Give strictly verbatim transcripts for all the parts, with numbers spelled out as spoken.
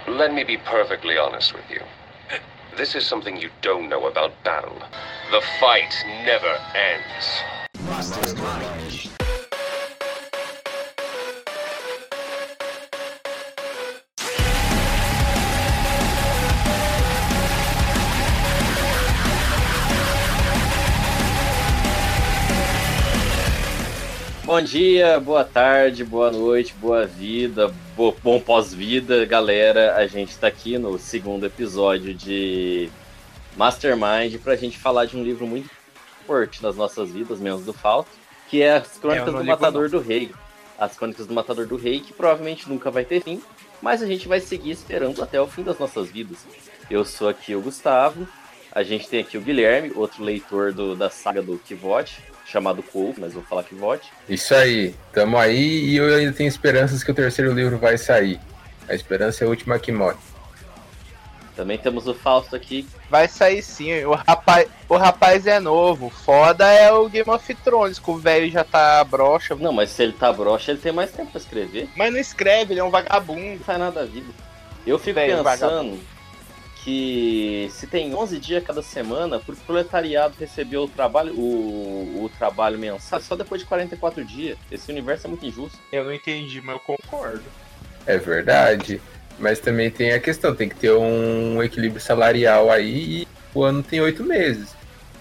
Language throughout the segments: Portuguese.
Let me be perfectly honest with you. This is something you don't know about battle. The fight never ends. Master's Mind. Bom dia, boa tarde, boa noite, boa vida, bo- bom pós-vida, galera. A gente tá aqui no segundo episódio de Mastermind pra gente falar de um livro muito forte nas nossas vidas, menos do Fausto, que é As Crônicas do Matador do Rei. As Crônicas do Matador do Rei, que provavelmente nunca vai ter fim, mas a gente vai seguir esperando até o fim das nossas vidas. Eu sou aqui o Gustavo, a gente tem aqui o Guilherme, outro leitor do, da saga do Kvoth, chamado Cole, mas vou falar que vote. Isso aí, tamo aí e eu ainda tenho esperanças que o terceiro livro vai sair. A esperança é a última que morre. Também temos o Fausto aqui. Vai sair sim, o rapaz, o rapaz é novo. Foda é o Game of Thrones, que o velho já tá broxa. Não, mas se ele tá broxa, ele tem mais tempo pra escrever. Mas não escreve, ele é um vagabundo. Não faz nada da vida. Eu fico Velho pensando vagabundo. que se tem onze dias cada semana, pro proletariado receber o trabalho, o, o trabalho mensal só depois de quarenta e quatro dias. Esse universo é muito injusto. Eu não entendi, mas eu concordo. É verdade, mas também tem a questão, tem que ter um equilíbrio salarial aí e o ano tem oito meses.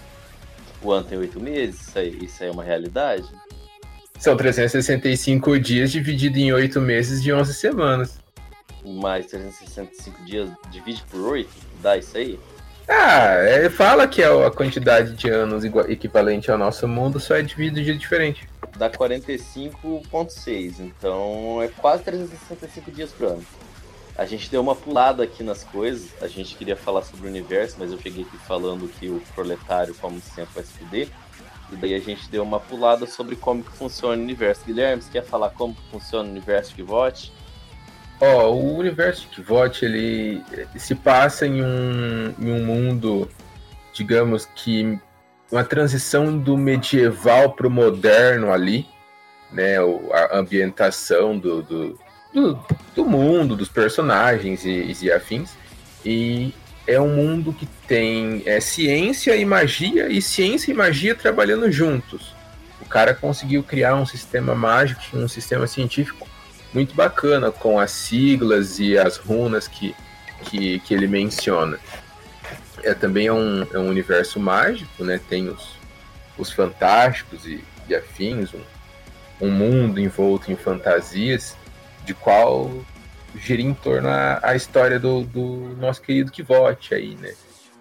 O ano tem oito meses, isso aí, isso aí é uma realidade. São trezentos e sessenta e cinco dias dividido em oito meses de onze semanas. Mais trezentos e sessenta e cinco dias, divide por oito, dá isso aí? Ah, é, fala que a quantidade de anos igual, equivalente ao nosso mundo só é dividido de diferente. Dá quarenta e cinco vírgula seis, então é quase trezentos e sessenta e cinco dias por ano. A gente deu uma pulada aqui nas coisas, a gente queria falar sobre o universo, mas eu cheguei aqui falando que o proletário, como sempre, vai se fuder. E daí a gente deu uma pulada sobre como que funciona o universo. Guilherme, você quer falar como que funciona o universo de Kvoth? Ó, oh, o universo de Kvoth, ele se passa em um, em um mundo, digamos que uma transição do medieval pro moderno ali, né, a ambientação do, do, do, do mundo, dos personagens e, e afins, e é um mundo que tem é, ciência e magia, e ciência e magia trabalhando juntos. O cara conseguiu criar um sistema mágico, um sistema científico muito bacana, com as siglas e as runas que, que, que ele menciona. É, também é um, é um universo mágico, né? Tem os, os fantásticos e, e afins, um, um mundo envolto em fantasias, de qual gira em torno a, a história do, do nosso querido Kvoth aí, né?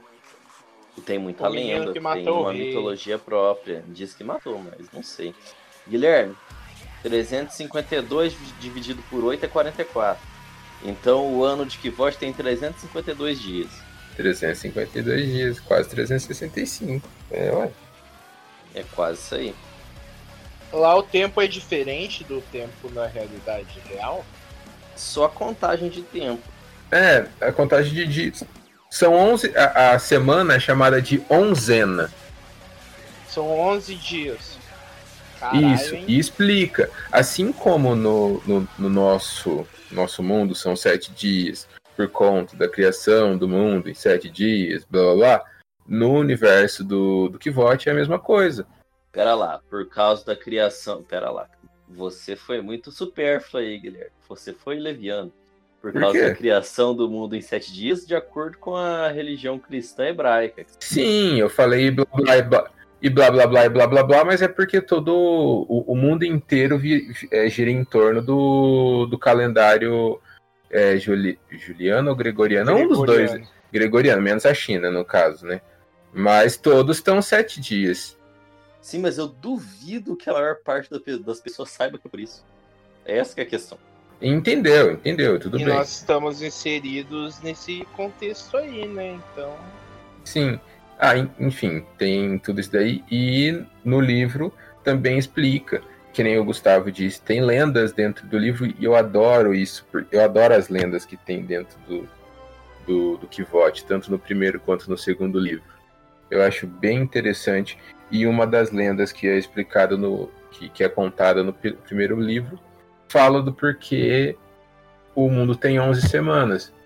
E tem muita O menino lenda, que tem matou uma o rei. mitologia própria. Diz que matou, mas não sei. Guilherme, trezentos e cinquenta e dois dividido por oito é quarenta e quatro. Então o ano de Kvoth tem trezentos e cinquenta e dois dias. trezentos e cinquenta e dois dias, quase trezentos e sessenta e cinco. É, ué. É quase isso aí. Lá o tempo é diferente do tempo na realidade real? Só a contagem de tempo. É, a contagem de dias. São onze, a, a semana é chamada de onzena. São onze dias. Caralho, Isso, hein? e explica. Assim como no, no, no nosso, nosso mundo são sete dias, por conta da criação do mundo em sete dias, blá blá blá, no universo do, do Kvoth é a mesma coisa. Pera lá, por causa da criação... Pera lá, você foi muito supérfluo aí, Guilherme. Você foi leviano. Por, Por causa quê? da criação do mundo em sete dias, de acordo com a religião cristã hebraica. Sim, eu falei blá blá e blá, e blá blá blá e blá blá blá, mas é porque todo o, o mundo inteiro vi, é, gira em torno do, do calendário é, Juli, Juliano ou Gregoriano? Um dos dois. Gregoriano. Gregoriano, menos a China, no caso, né? Mas todos estão sete dias. Sim, mas eu duvido que a maior parte das pessoas saiba que é por isso. Essa que é a questão. Entendeu, entendeu, tudo E bem. nós estamos inseridos nesse contexto aí, né? Então. Sim. Ah, en- enfim, tem tudo isso daí. E no livro também explica, que nem o Gustavo disse, tem lendas dentro do livro e eu adoro isso. porque Eu adoro as lendas que tem dentro do, do, do Kvoth, tanto no primeiro quanto no segundo livro. Eu acho bem interessante. E uma das lendas que é explicada no. que, que é contada no pri- primeiro livro fala do porquê o mundo tem onze semanas.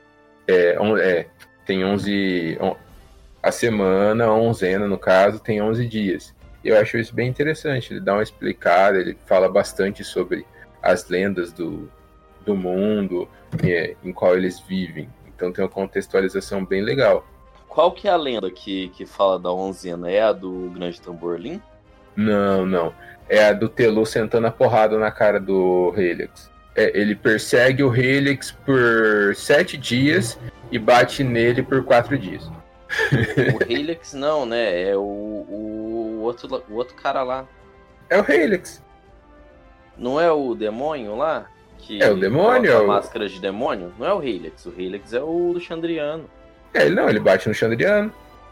É, on, é tem onze... On, a semana, a onzena, no caso, tem onze dias. Eu acho isso bem interessante. Ele dá uma explicada, ele fala bastante sobre as lendas do, do mundo é, em qual eles vivem. Então tem uma contextualização bem legal. Qual que é a lenda que, que fala da onzena? É a do Grande Tamborlim? Não, não. É a do Telu sentando a porrada na cara do Helix. É, ele persegue o Helix por sete dias e bate nele por quatro dias. O Helix não, né? É o, o, outro, o outro cara lá. É o Helix. Não é o demônio lá? Que é o demônio? É o... máscara de demônio? Não é o Helix. O Helix é o do Chandriano. É, não, ele bate no Chandriano.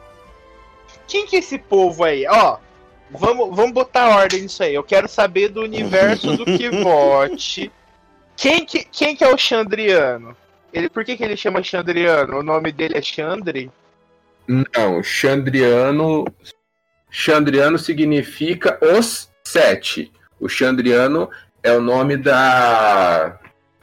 Quem que é esse povo aí? Ó, vamos, vamos botar ordem nisso aí. Eu quero saber do universo do Kvoth. Quem que, quem que é o Chandriano? Ele, por que, que ele chama Chandriano? O nome dele é Chandri? Não, Chandriano. Chandriano significa os sete. O Chandriano é o nome da,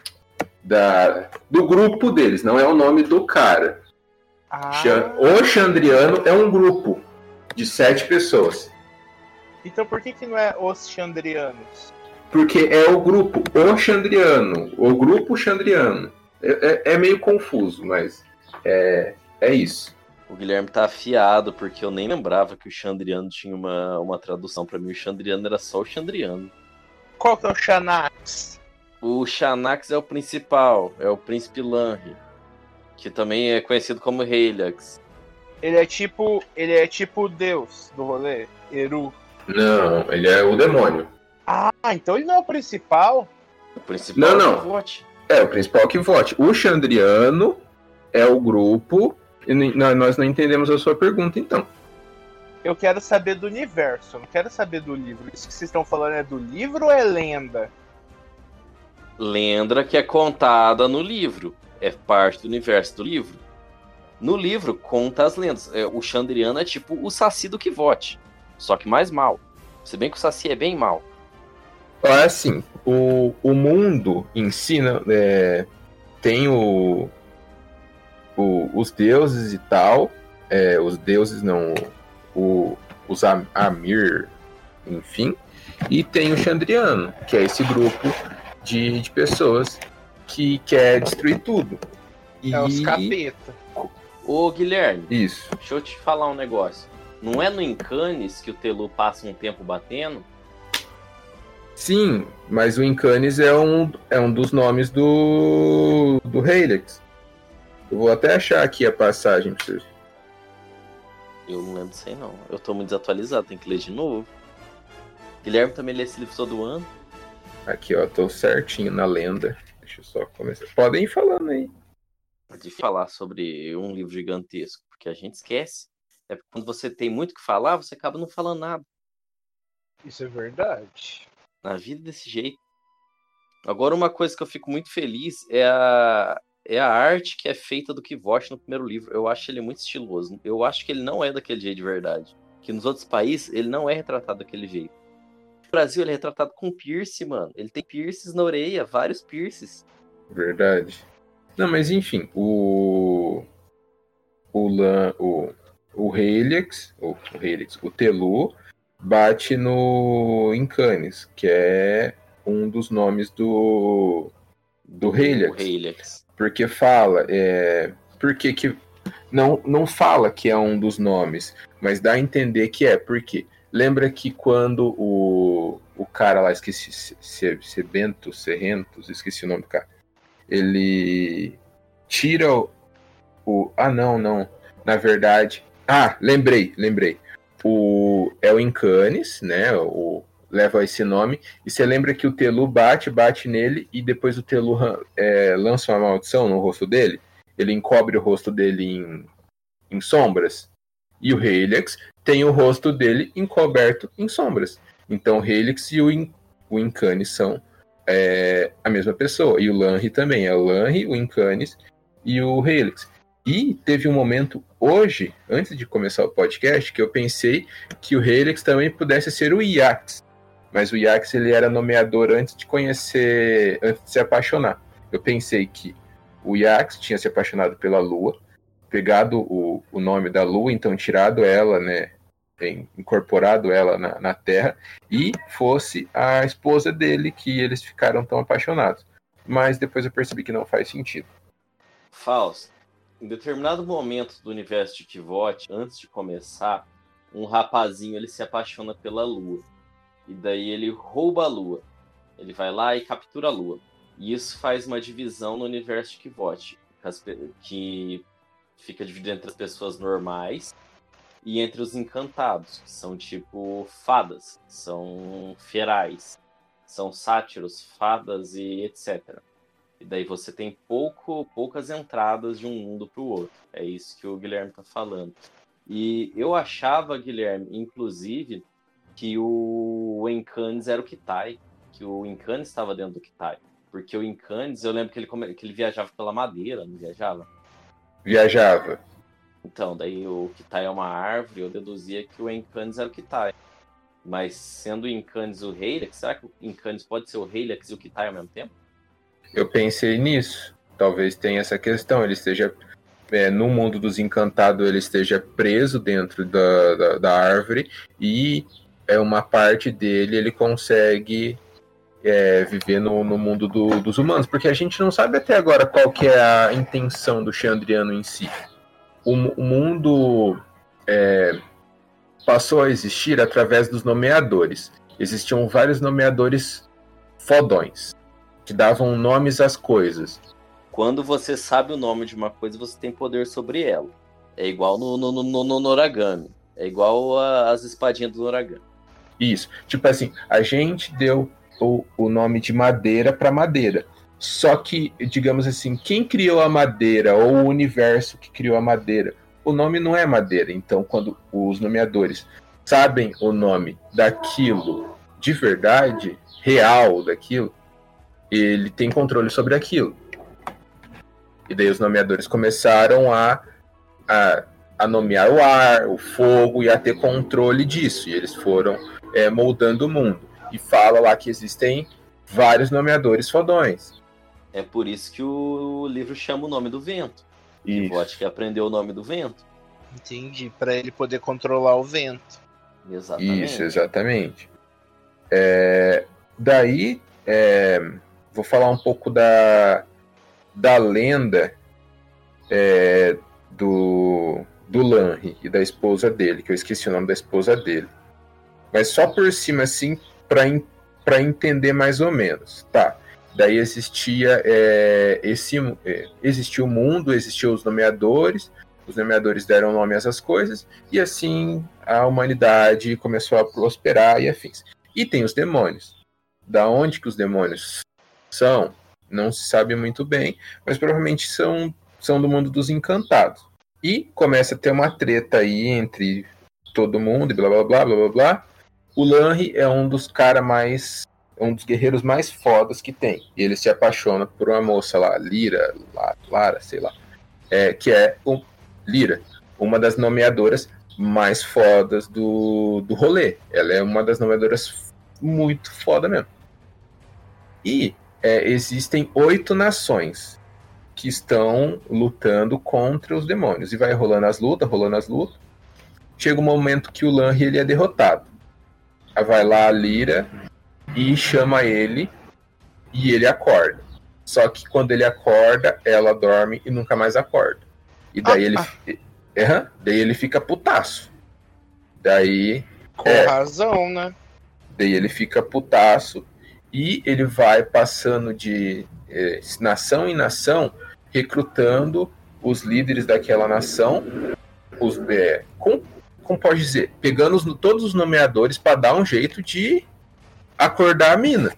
da do grupo deles, não é o nome do cara. Ah. O Chandriano é um grupo de sete pessoas. Então por que, que não é os Chandrianos? Porque é o grupo, o Chandriano, o grupo Chandriano. É, é, é meio confuso, mas é, é isso. O Guilherme tá afiado, porque eu nem lembrava que o Chandriano tinha uma, uma tradução. Pra mim, o Chandriano era só o Chandriano. Qual que é o Xanax? O Xanax é o principal, é o Príncipe Lanri, que também é conhecido como Helix. Ele é tipo, ele é tipo Deus do rolê, Eru. Não, ele é o demônio. Ah, então ele não é o principal? O principal não, não. é o Kvoth. É, o principal que vote. O Chandriano é o grupo. E nós não entendemos a sua pergunta, então. Eu quero saber do universo, eu não quero saber do livro. Isso que vocês estão falando é do livro ou é lenda? Lenda que é contada no livro. É parte do universo do livro. No livro, conta as lendas. O Chandriano é tipo o Saci do Kvoth, só que mais mal. Se bem que o Saci é bem mal. É assim, o, o mundo ensina, é, tem o, o, os deuses e tal, é, os deuses não, o, os Amir, enfim, e tem o Chandriano, que é esse grupo de, de pessoas que quer destruir tudo. E... É os capeta. Ô Guilherme, isso. Deixa eu te falar um negócio. Não é no Incanis que o Telu passa um tempo batendo? Sim, mas o Incanis é um, é um dos nomes do, do Helix. Eu vou até achar aqui a passagem pra vocês. Eu não lembro disso aí não. Eu tô muito desatualizado, tem que ler de novo. Guilherme também lê esse livro todo ano. Aqui, ó, tô certinho na lenda. Deixa eu só começar. Podem ir falando aí. De falar sobre um livro gigantesco, porque a gente esquece. É porque quando você tem muito o que falar, você acaba não falando nada. Isso é verdade. Na vida desse jeito. Agora, uma coisa que eu fico muito feliz é a, é a arte que é feita do Kvoth no primeiro livro. Eu acho ele muito estiloso. Eu acho que ele não é daquele jeito de verdade. Que nos outros países, ele não é retratado daquele jeito. No Brasil, ele é retratado com piercing, mano. Ele tem piercings na orelha, vários piercings. Verdade. Não, mas enfim, o... O, Lan, o, o Helix, o, o Helix, o Telu... bate no Incanis, que é um dos nomes do do Helix. Helix. Porque fala, é, porque que não não fala que é um dos nomes, mas dá a entender que é, porque lembra que quando o, o cara lá, esqueci, Sebento, Serrentos, esqueci o nome do cara, ele tira o, o ah não, não, na verdade, ah, lembrei, lembrei. O, é o Incanis, né? O, leva esse nome. E você lembra que o Telu bate, bate nele, e depois o Telu é, lança uma maldição no rosto dele. Ele encobre o rosto dele em, em sombras. E o Helix tem o rosto dele encoberto em sombras. Então o Helix e o, In, o Incanis são é, a mesma pessoa. E o Lanri também. É o Lanri, o Incanis e o Helix. E teve um momento hoje, antes de começar o podcast, que eu pensei que o Helix também pudesse ser o Iax. Mas o Iax ele era nomeador antes de conhecer, antes de se apaixonar. Eu pensei que o Yax tinha se apaixonado pela Lua, pegado o, o nome da Lua, então tirado ela, né, incorporado ela na, na Terra, e fosse a esposa dele, que eles ficaram tão apaixonados. Mas depois eu percebi que não faz sentido. Fausto, em determinado momento do universo de Kvothe, antes de começar, um rapazinho ele se apaixona pela Lua. E daí ele rouba a Lua. Ele vai lá e captura a Lua. E isso faz uma divisão no universo de Kvothe, que fica dividido entre as pessoas normais e entre os encantados, que são tipo fadas, são ferais, são sátiros, fadas e etcétera. E daí você tem pouco, poucas entradas de um mundo para o outro. É isso que o Guilherme está falando. E eu achava, Guilherme, inclusive, que o Encanis era o Kitai, que o Encanis estava dentro do Kitai. Porque o Encanis, eu lembro que ele, que ele viajava pela madeira, não viajava? Viajava. Então, daí o Kitai é uma árvore, eu deduzia que o Encanis era o Kitai. Mas sendo o Encanis o Heilax, será que o Encanis pode ser o Heilax e o Kitai ao mesmo tempo? Eu pensei nisso. Talvez tenha essa questão. Ele esteja, é, no mundo dos encantados, ele esteja preso dentro da, da, da árvore e é uma parte dele ele consegue é, viver no, no mundo do, dos humanos. Porque a gente não sabe até agora qual que é a intenção do Chandriano em si. O, o mundo é, passou a existir através dos nomeadores. Existiam vários nomeadores fodões, que davam nomes às coisas. Quando você sabe o nome de uma coisa, você tem poder sobre ela. É igual no, no, no, no Noragami. É igual às espadinhas do Noragami. Isso. Tipo assim, a gente deu o, o nome de madeira para madeira. Só que, digamos assim, quem criou a madeira, ou o universo que criou a madeira, o nome não é madeira. Então, quando os nomeadores sabem o nome daquilo de verdade, real daquilo, ele tem controle sobre aquilo. E daí os nomeadores começaram a, a, a nomear o ar, o fogo, e a ter controle disso. E eles foram é, moldando o mundo. E fala lá que existem vários nomeadores fodões. É por isso que o livro chama o nome do vento. Kvothe que aprendeu o nome do vento. Entendi, para ele poder controlar o vento. Exatamente. Isso, exatamente. É, daí, é, vou falar um pouco da, da lenda é, do, do Lanri e da esposa dele, que eu esqueci o nome da esposa dele. Mas só por cima, assim, para entender mais ou menos, tá? Daí existia é, esse é, existia o mundo, existiam os nomeadores, os nomeadores deram nome a essas coisas, e assim a humanidade começou a prosperar e afins. E tem os demônios. Da onde que os demônios são, não se sabe muito bem, mas provavelmente são, são do mundo dos encantados. E começa a ter uma treta aí entre todo mundo, e blá blá blá blá blá blá. O Lanri é um dos caras mais... um dos guerreiros mais fodas que tem. E ele se apaixona por uma moça lá, Lyra, Lara, sei lá, é, que é o Lyra, uma das nomeadoras mais fodas do, do rolê. Ela é uma das nomeadoras muito foda mesmo. E é, existem oito nações que estão lutando contra os demônios. E vai rolando as lutas, rolando as lutas. Chega um momento que o Lanri ele é derrotado. Aí vai lá a Lyra e chama ele, e ele acorda. Só que quando ele acorda, ela dorme e nunca mais acorda. E daí, ah, ele, ah. É, daí ele fica putaço. Daí... Com é, razão, né? Daí ele fica putaço e ele vai passando de é, nação em nação, recrutando os líderes daquela nação, os, é, com, como pode dizer, pegando os, todos os nomeadores para dar um jeito de acordar a mina.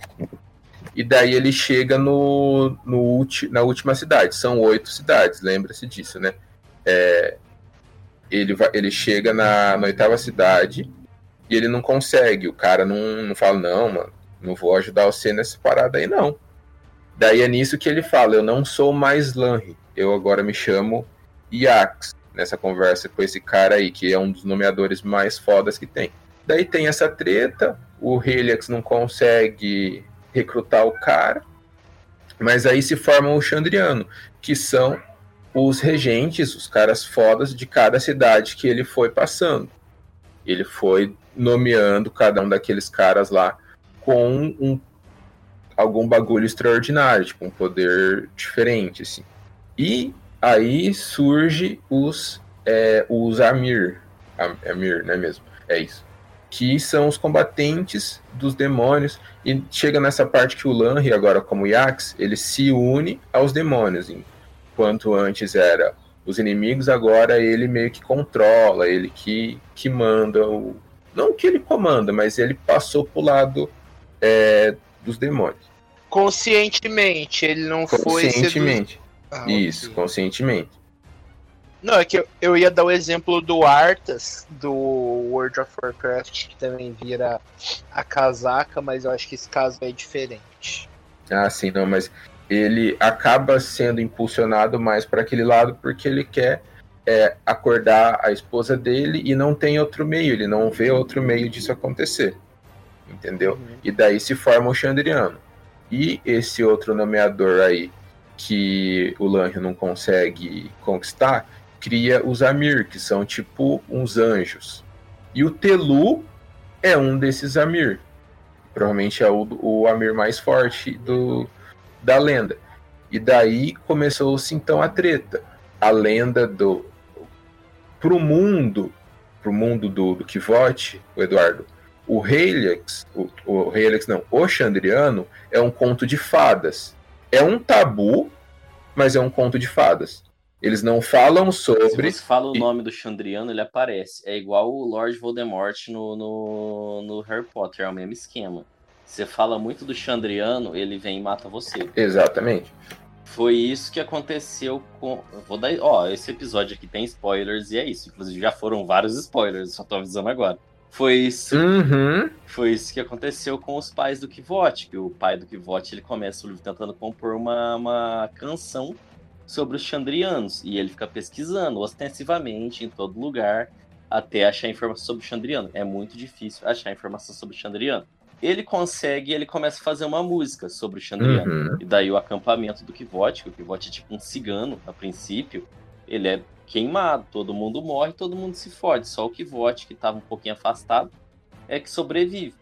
E daí ele chega no, no ulti, na última cidade. São oito cidades, lembra-se disso, né? É, ele, vai, ele chega na, na oitava cidade e ele não consegue. O cara não, não fala, não, mano, não vou ajudar você nessa parada aí, não. Daí é nisso que ele fala, eu não sou mais Lanri, eu agora me chamo Yax. Nessa conversa com esse cara aí, que é um dos nomeadores mais fodas que tem. Daí tem essa treta, o Heilax não consegue recrutar o cara, Mas aí se formam os Chandriano, que são os regentes, os caras fodas de cada cidade que ele foi passando. Ele foi nomeando cada um daqueles caras lá com um, algum bagulho extraordinário, tipo um poder diferente, assim. E aí surge os, é, os Amir, Amir, não é mesmo? É isso. Que são os combatentes dos demônios, e chega nessa parte que o Lanri, agora como Yax, ele se une aos demônios. Enquanto antes era os inimigos, agora ele meio que controla, ele que, que manda, o... não que ele comanda, mas ele passou pro lado é, dos demônios. Conscientemente, ele não foi... Conscientemente, sedu... ah, isso, okay. conscientemente. Não, é que eu, eu ia dar o exemplo do Arthas, do World of Warcraft, que também vira a casaca, mas eu acho que esse caso é diferente. Ah, sim, não, mas ele acaba sendo impulsionado mais para aquele lado porque ele quer é, acordar a esposa dele e não tem outro meio, ele não vê outro meio disso acontecer, entendeu? Uhum. E daí se forma o Chandriano. E esse outro nomeador aí, que o Lanri não consegue conquistar, cria os Amir, que são tipo uns anjos. E o Telu é um desses Amir. Provavelmente é o, o Amir mais forte do, da lenda. E daí começou-se então a treta. A lenda do... Pro mundo, pro mundo do, do Kvoth, o Eduardo, o Helix, o, o Helix não, o Chandriano é um conto de fadas. É um tabu, mas é um conto de fadas. Eles não falam sobre... Se você fala o nome do Chandriano, ele aparece. É igual o Lord Voldemort no, no, no Harry Potter, é o mesmo esquema. Você fala muito do Chandriano, ele vem e mata você. Exatamente. Foi isso que aconteceu com... Vou dar... Ó, esse episódio aqui tem spoilers e é isso. Inclusive já foram vários spoilers, só tô avisando agora. Foi isso, uhum. Foi isso que aconteceu com os pais do Kvoth, que o pai do Kvoth, ele começa o livro tentando compor uma, uma canção sobre os Chandrianos, e ele fica pesquisando ostensivamente em todo lugar até achar informação sobre o Chandriano. É muito difícil achar informação sobre o Chandriano. Ele consegue, ele começa a fazer uma música sobre o Chandriano. Uhum. E daí o acampamento do Kvoth, que o Kvoth é tipo um cigano, a princípio, ele é queimado, todo mundo morre, todo mundo se fode. Só o Kvoth, que estava um pouquinho afastado, é que sobrevive.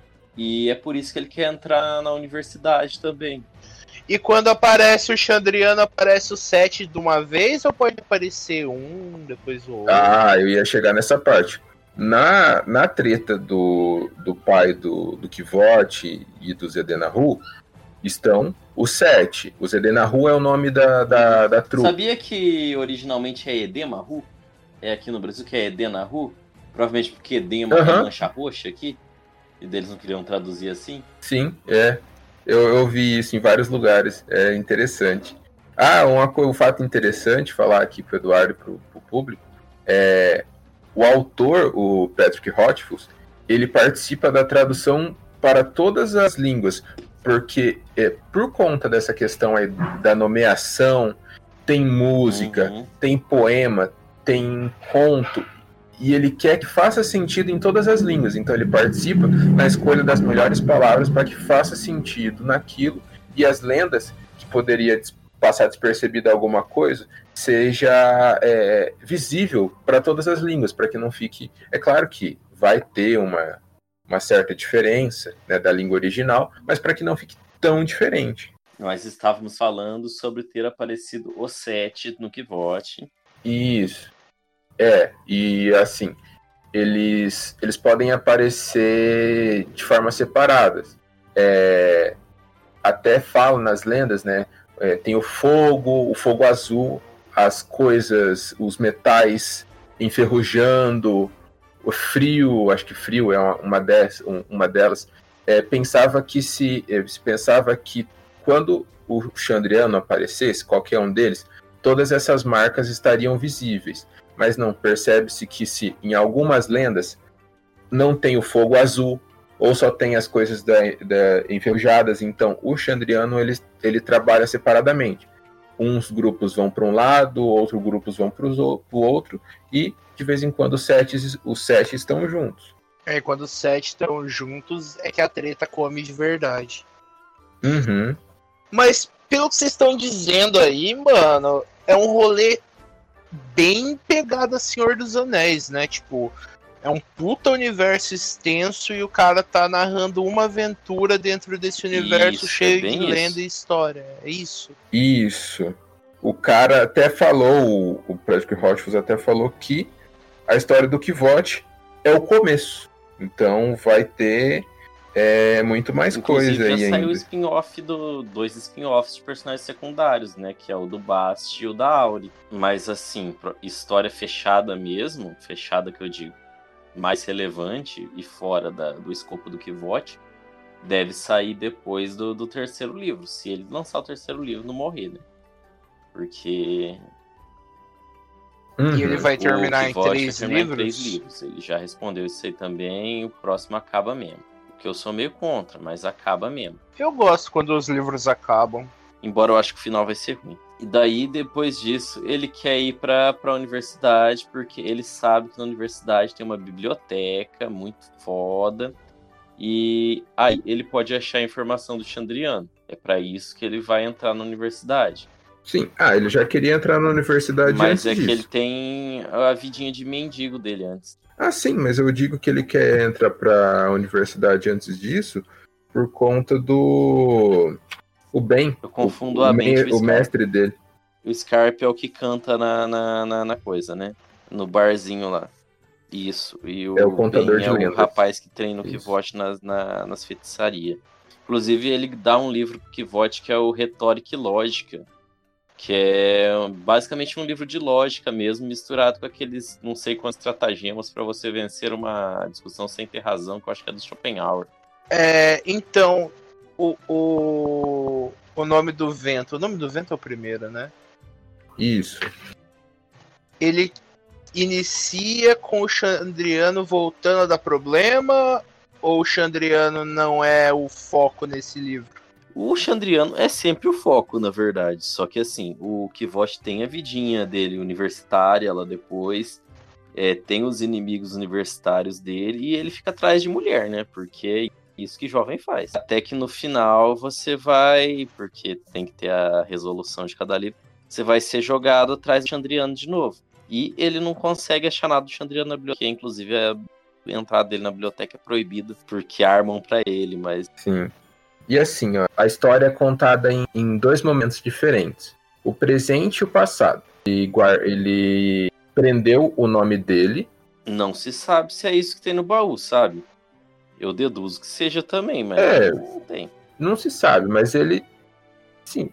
E é por isso que ele quer entrar na universidade também. E quando aparece o Chandriano, aparece o sete de uma vez ou pode aparecer um, depois o outro? Ah, eu ia chegar nessa parte. Na, na treta do, do pai do, do Kvoth e do Zedenahu estão os sete. O Zedenahu é o nome da, da, da trupe. Sabia que originalmente é Edemahu? É aqui no Brasil que é Edenahu? Provavelmente porque Edema uhum. é mancha roxa aqui. E deles não queriam traduzir assim? Sim, é. Eu, eu vi isso em vários lugares, é interessante. Ah, uma, um fato interessante falar aqui para o Eduardo e para o público, é o autor, o Patrick Rothfuss, ele participa da tradução para todas as línguas, porque é, por conta dessa questão aí da nomeação, tem música, uhum. tem poema, tem conto, e ele quer que faça sentido em todas as línguas. Então ele participa na escolha das melhores palavras para que faça sentido naquilo, e as lendas, que poderia passar despercebida alguma coisa, seja é, visível para todas as línguas, para que não fique... É claro que vai ter uma, uma certa diferença, né, da língua original, mas para que não fique tão diferente. Nós estávamos falando sobre ter aparecido o sete no Kvoth. Isso. É, e assim, eles, eles podem aparecer de formas separadas. É, até falam nas lendas, né? É, tem o fogo, o fogo azul, as coisas, os metais enferrujando, o frio, acho que frio é uma, uma, des, uma delas. É, pensava que se, se pensava que quando o Chandriano aparecesse, qualquer um deles, todas essas marcas estariam visíveis. Mas não, percebe-se que se em algumas lendas não tem o fogo azul, ou só tem as coisas da, da, enferrujadas, então o Chandriano ele, ele trabalha separadamente. Uns grupos vão para um lado, outros grupos vão para o outro, e de vez em quando os sete, os sete estão juntos. É, quando os sete estão juntos é que a treta come de verdade. Uhum. Mas pelo que vocês estão dizendo aí, mano, é um rolê bem pegado a Senhor dos Anéis, né? Tipo, é um puta universo extenso e o cara tá narrando uma aventura dentro desse universo Isso, cheio é bem de isso. lenda e história. É isso. Isso. O cara até falou, o, o Project Rothfuss até falou que a história do Kvoth é o começo. Então vai ter é, muito mais Inclusive, coisa aí já saiu o ainda. spin-off do dois spin-offs de personagens secundários, né? Que é o do Bast e o da Auri. Mas assim, pro- história fechada mesmo, fechada que eu digo, mais relevante e fora da- do escopo do Kvoth, deve sair depois do, do terceiro livro. Se ele lançar o terceiro livro, não morrer, né? Porque Uhum. E ele vai terminar o em Kvoth vai três terminar em livros? três livros. Ele já respondeu isso aí também, e o próximo acaba mesmo. O que eu sou meio contra, mas acaba mesmo. Eu gosto quando os livros acabam. Embora eu acho que o final vai ser ruim. E daí, depois disso, ele quer ir pra, pra universidade, porque ele sabe que na universidade tem uma biblioteca muito foda. E aí ele pode achar a informação do Chandriano. É pra isso que ele vai entrar na universidade. Sim. Ah, ele já queria entrar na universidade Mas antes é que disso. ele tem a vidinha de mendigo dele antes. Ah, sim, mas eu digo que ele quer entrar pra universidade antes disso por conta do... O Ben. Eu confundo o, a o, Ben me- com o o Scarpe. mestre dele. O Scarpe é o que canta na, na, na, na coisa, né? No barzinho lá. Isso. E o, É o contador Ben de é o lendas. rapaz que treina o Isso. Kvoth nas, na, nas feitiçarias. Inclusive, ele dá um livro pro Kvoth que é o Retórica e Lógica. Que é basicamente um livro de lógica mesmo, misturado com aqueles não sei quantos estratagemas para você vencer uma discussão sem ter razão, que eu acho que é do Schopenhauer. É, então, o, o, o nome do vento. O nome do vento é o primeiro, né? Isso. Ele inicia com o Chandriano voltando a dar problema, ou o Chandriano não é o foco nesse livro? O Chandriano é sempre o foco, na verdade. Só que assim, o Kvoth tem a vidinha dele universitária lá depois. É, tem os inimigos universitários dele e ele fica atrás de mulher, né? Porque é isso que jovem faz. Até que no final você vai, porque tem que ter a resolução de cada livro, você vai ser jogado atrás do Chandriano de novo. E ele não consegue achar nada do Chandriano na biblioteca. Inclusive, a entrada dele na biblioteca é proibida, porque armam pra ele, mas... Sim. E assim, ó, a história é contada em, em dois momentos diferentes. O presente e o passado. Ele, guar- ele prendeu o nome dele. Não se sabe se é isso que tem no baú, sabe? Eu deduzo que seja também, mas É. não tem. Não se sabe, mas ele... Sim,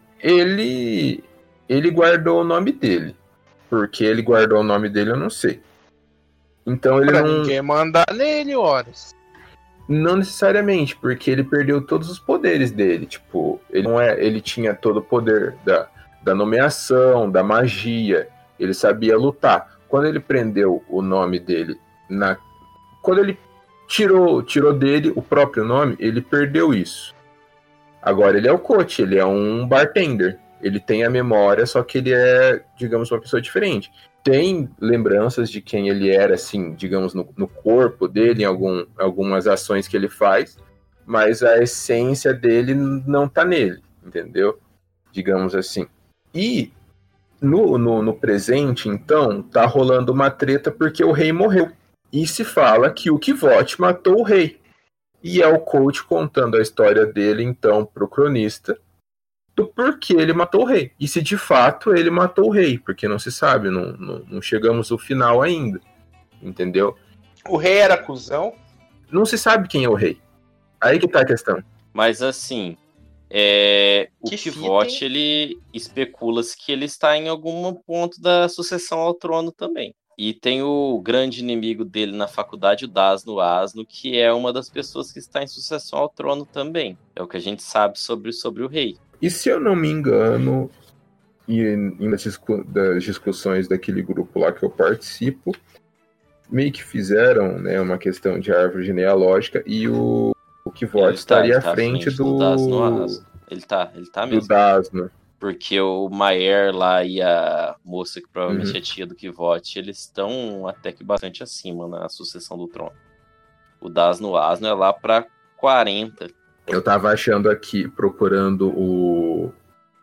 ele... Ele guardou o nome dele. Porque ele guardou o nome dele, eu não sei. Então ele Pra não... ninguém mandar nele, horas. Não necessariamente, porque ele perdeu todos os poderes dele. Tipo, ele não é, ele tinha todo o poder da, da nomeação, da magia. Ele sabia lutar. Quando ele prendeu o nome dele na, quando ele tirou, tirou dele o próprio nome, ele perdeu isso. Agora ele é o coach, ele é um bartender. Ele tem a memória, só que ele é, digamos, uma pessoa diferente. Tem lembranças de quem ele era, assim, digamos, no, no corpo dele, em algum, algumas ações que ele faz, mas a essência dele não tá nele, entendeu? Digamos assim. E no, no, no presente, então, tá rolando uma treta porque o rei morreu. E se fala que o Kvoth matou o rei. E é o coach contando a história dele, então, pro cronista, do porquê ele matou o rei. E se de fato ele matou o rei, porque não se sabe, não, não, não chegamos ao final ainda, entendeu? O rei era cuzão? Não se sabe quem é o rei. Aí que tá a questão. Mas assim, é, o Que Kvoth, fita, ele especula-se que ele está em algum ponto da sucessão ao trono também. E tem o grande inimigo dele na faculdade, o Dasno Asno, que é uma das pessoas que está em sucessão ao trono também. É o que a gente sabe sobre, sobre o rei. E se eu não me engano, e em das, discu- das discussões daquele grupo lá que eu participo, meio que fizeram, né, uma questão de árvore genealógica e o, o Kvoth Ele tá- estaria ele tá à frente, do, Dasno Asno. Ele tá, ele tá do mesmo. Dasno. Porque o Maer lá e a moça que provavelmente Uhum. é tia do Kvoth, eles estão até que bastante acima na sucessão do trono. O Dasno Asno é lá pra quarenta. Eu tava achando aqui, procurando o,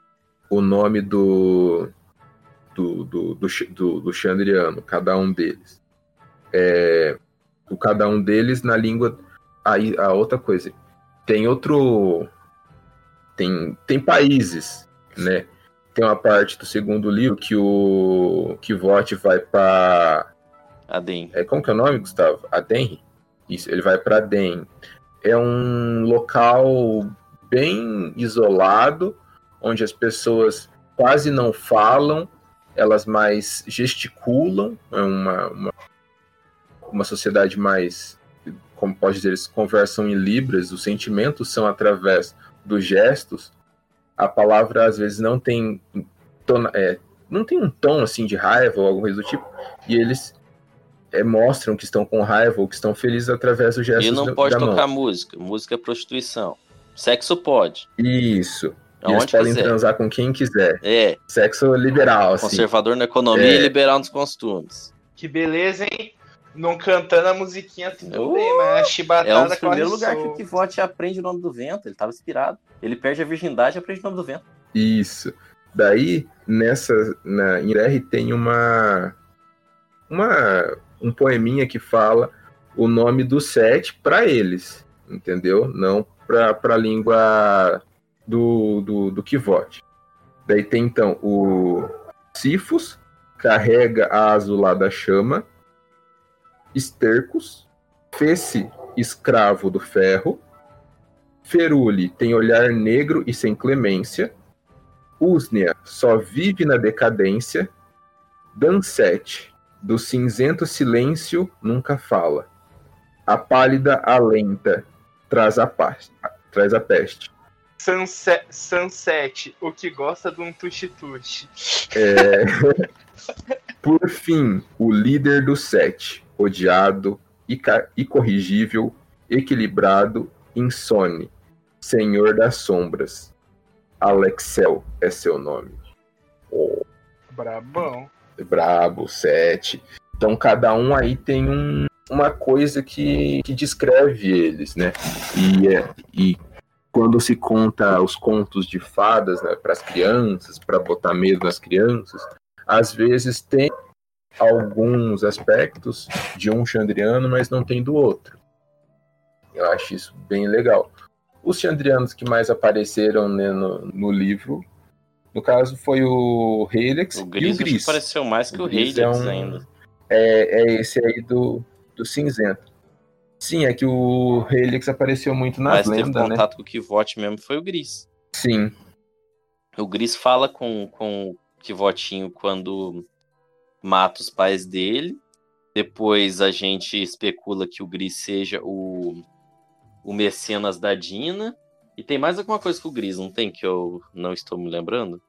o nome do do, do, do, do, do Chandriano, cada um deles. É, o cada um deles na língua... Aí, a outra coisa, tem outro... Tem, tem países, né? Tem uma parte do segundo livro que o Kvoth vai para... Aden. É, como que é o nome, Gustavo? Aden? Isso, ele vai para Aden. É um local bem isolado, onde as pessoas quase não falam, elas mais gesticulam, é uma, uma, uma sociedade mais, como pode dizer, eles conversam em libras, os sentimentos são através dos gestos, a palavra às vezes não tem, tona, é, não tem um tom assim de raiva ou alguma coisa do tipo, e eles é, mostram que estão com raiva ou que estão felizes através dos gestos. E não da, pode da tocar mão. música, música é prostituição. Sexo pode. Isso. Aonde eles podem quiser. transar com quem quiser. É. Sexo liberal, assim. Conservador na economia É. e liberal nos costumes. Que beleza, hein? Não cantando a musiquinha tudo Uh, bem, mas a chibatada É um dos corre primeiros lugares que o solta. Kvoth aprende o nome do vento. Ele estava inspirado. Ele perde a virgindade e aprende o nome do vento. Isso. Daí, nessa, na, em R tem uma, uma um poeminha que fala o nome do sete para eles, entendeu? Não para a língua do, do, do Kvoth. Daí tem, então, o Sifus, carrega a azulada chama, Estercus, Fesse, escravo do ferro, Feruli tem olhar negro e sem clemência, Usnia só vive na decadência, Dansete, do cinzento silêncio nunca fala, a pálida alenta traz a, paz, traz a peste. Sunset, Sunset, o que gosta de um tuxi-tuxi. É... Por fim, o líder do sete, odiado, incorrigível, equilibrado, insone, senhor das sombras. Alexel é seu nome. Oh, Brabão. brabo, sete. Então cada um aí tem um, uma coisa que, que descreve eles, né? E, é, e quando se conta os contos de fadas, né, para as crianças, para botar medo nas crianças, às vezes tem alguns aspectos de um Chandriano, mas não tem do outro. Eu acho isso bem legal. Os Chandrianos que mais apareceram, né, no, no livro, no caso, foi o Helix O e o Gris, Gris. acho que pareceu mais que o, O o Gris Helix é um- ainda. É, é esse aí do, do cinzento. Sim, é que o Helix apareceu muito nas Mas teve lendas, né? contato com o Kvoth mesmo, foi o Gris. Sim. O Gris fala com, com o Kvotinho quando mata os pais dele. Depois a gente especula que o Gris seja o, o mecenas da Dina. E tem mais alguma coisa com o Gris, não tem, que eu não estou me lembrando?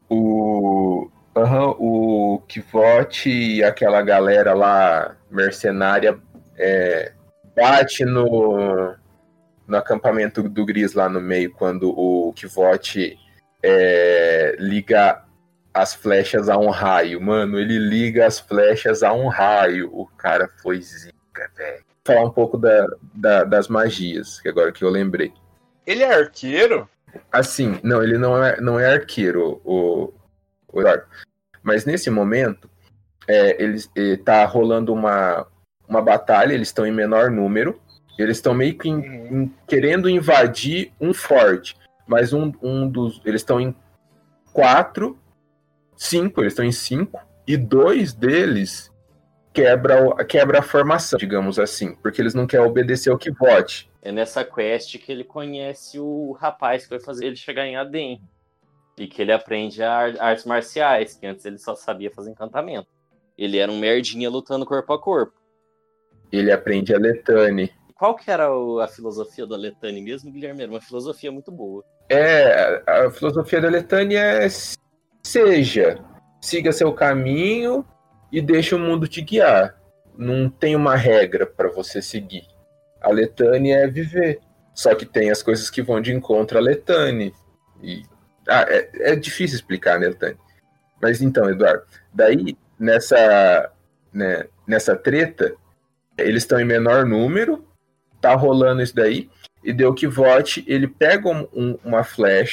O, uhum, o Kvoth e aquela galera lá, mercenária, é, bate no, no acampamento do Gris lá no meio, quando o Kvoth é, liga as flechas a um raio. Mano, ele liga as flechas a um raio. O cara foi zica, velho. Vou falar um pouco da, da, das magias, que agora que eu lembrei. Ele é arqueiro? Assim, não, ele não é, não é arqueiro, o, o Eduardo. Mas nesse momento, é, ele, ele tá rolando uma, uma batalha, eles estão em menor número, eles estão meio que em- Uhum. em- querendo invadir um forte, mas um, um dos. Eles estão em quatro, cinco, eles estão em cinco, e dois deles quebra, o- quebra a formação, digamos assim, porque eles não querem obedecer ao Kvoth. É nessa quest que ele conhece o rapaz que vai fazer ele chegar em Aden. E que ele aprende ar- artes marciais, que antes ele só sabia fazer encantamento. Ele era um merdinha lutando corpo a corpo. Ele aprende a Letane. Qual que era o- a filosofia da Letane mesmo, Guilherme? Era uma filosofia muito boa. É, a filosofia da Letânia é seja, siga seu caminho e deixa o mundo te guiar. Não tem uma regra para você seguir. A Letânia é viver. Só que tem as coisas que vão de encontro à Letânia. E, ah, é, é difícil explicar, né, Letânia? Mas então, Eduardo, daí nessa, né, nessa treta, eles estão em menor número, tá rolando isso daí, e deu que vote, ele pega um- um- uma flecha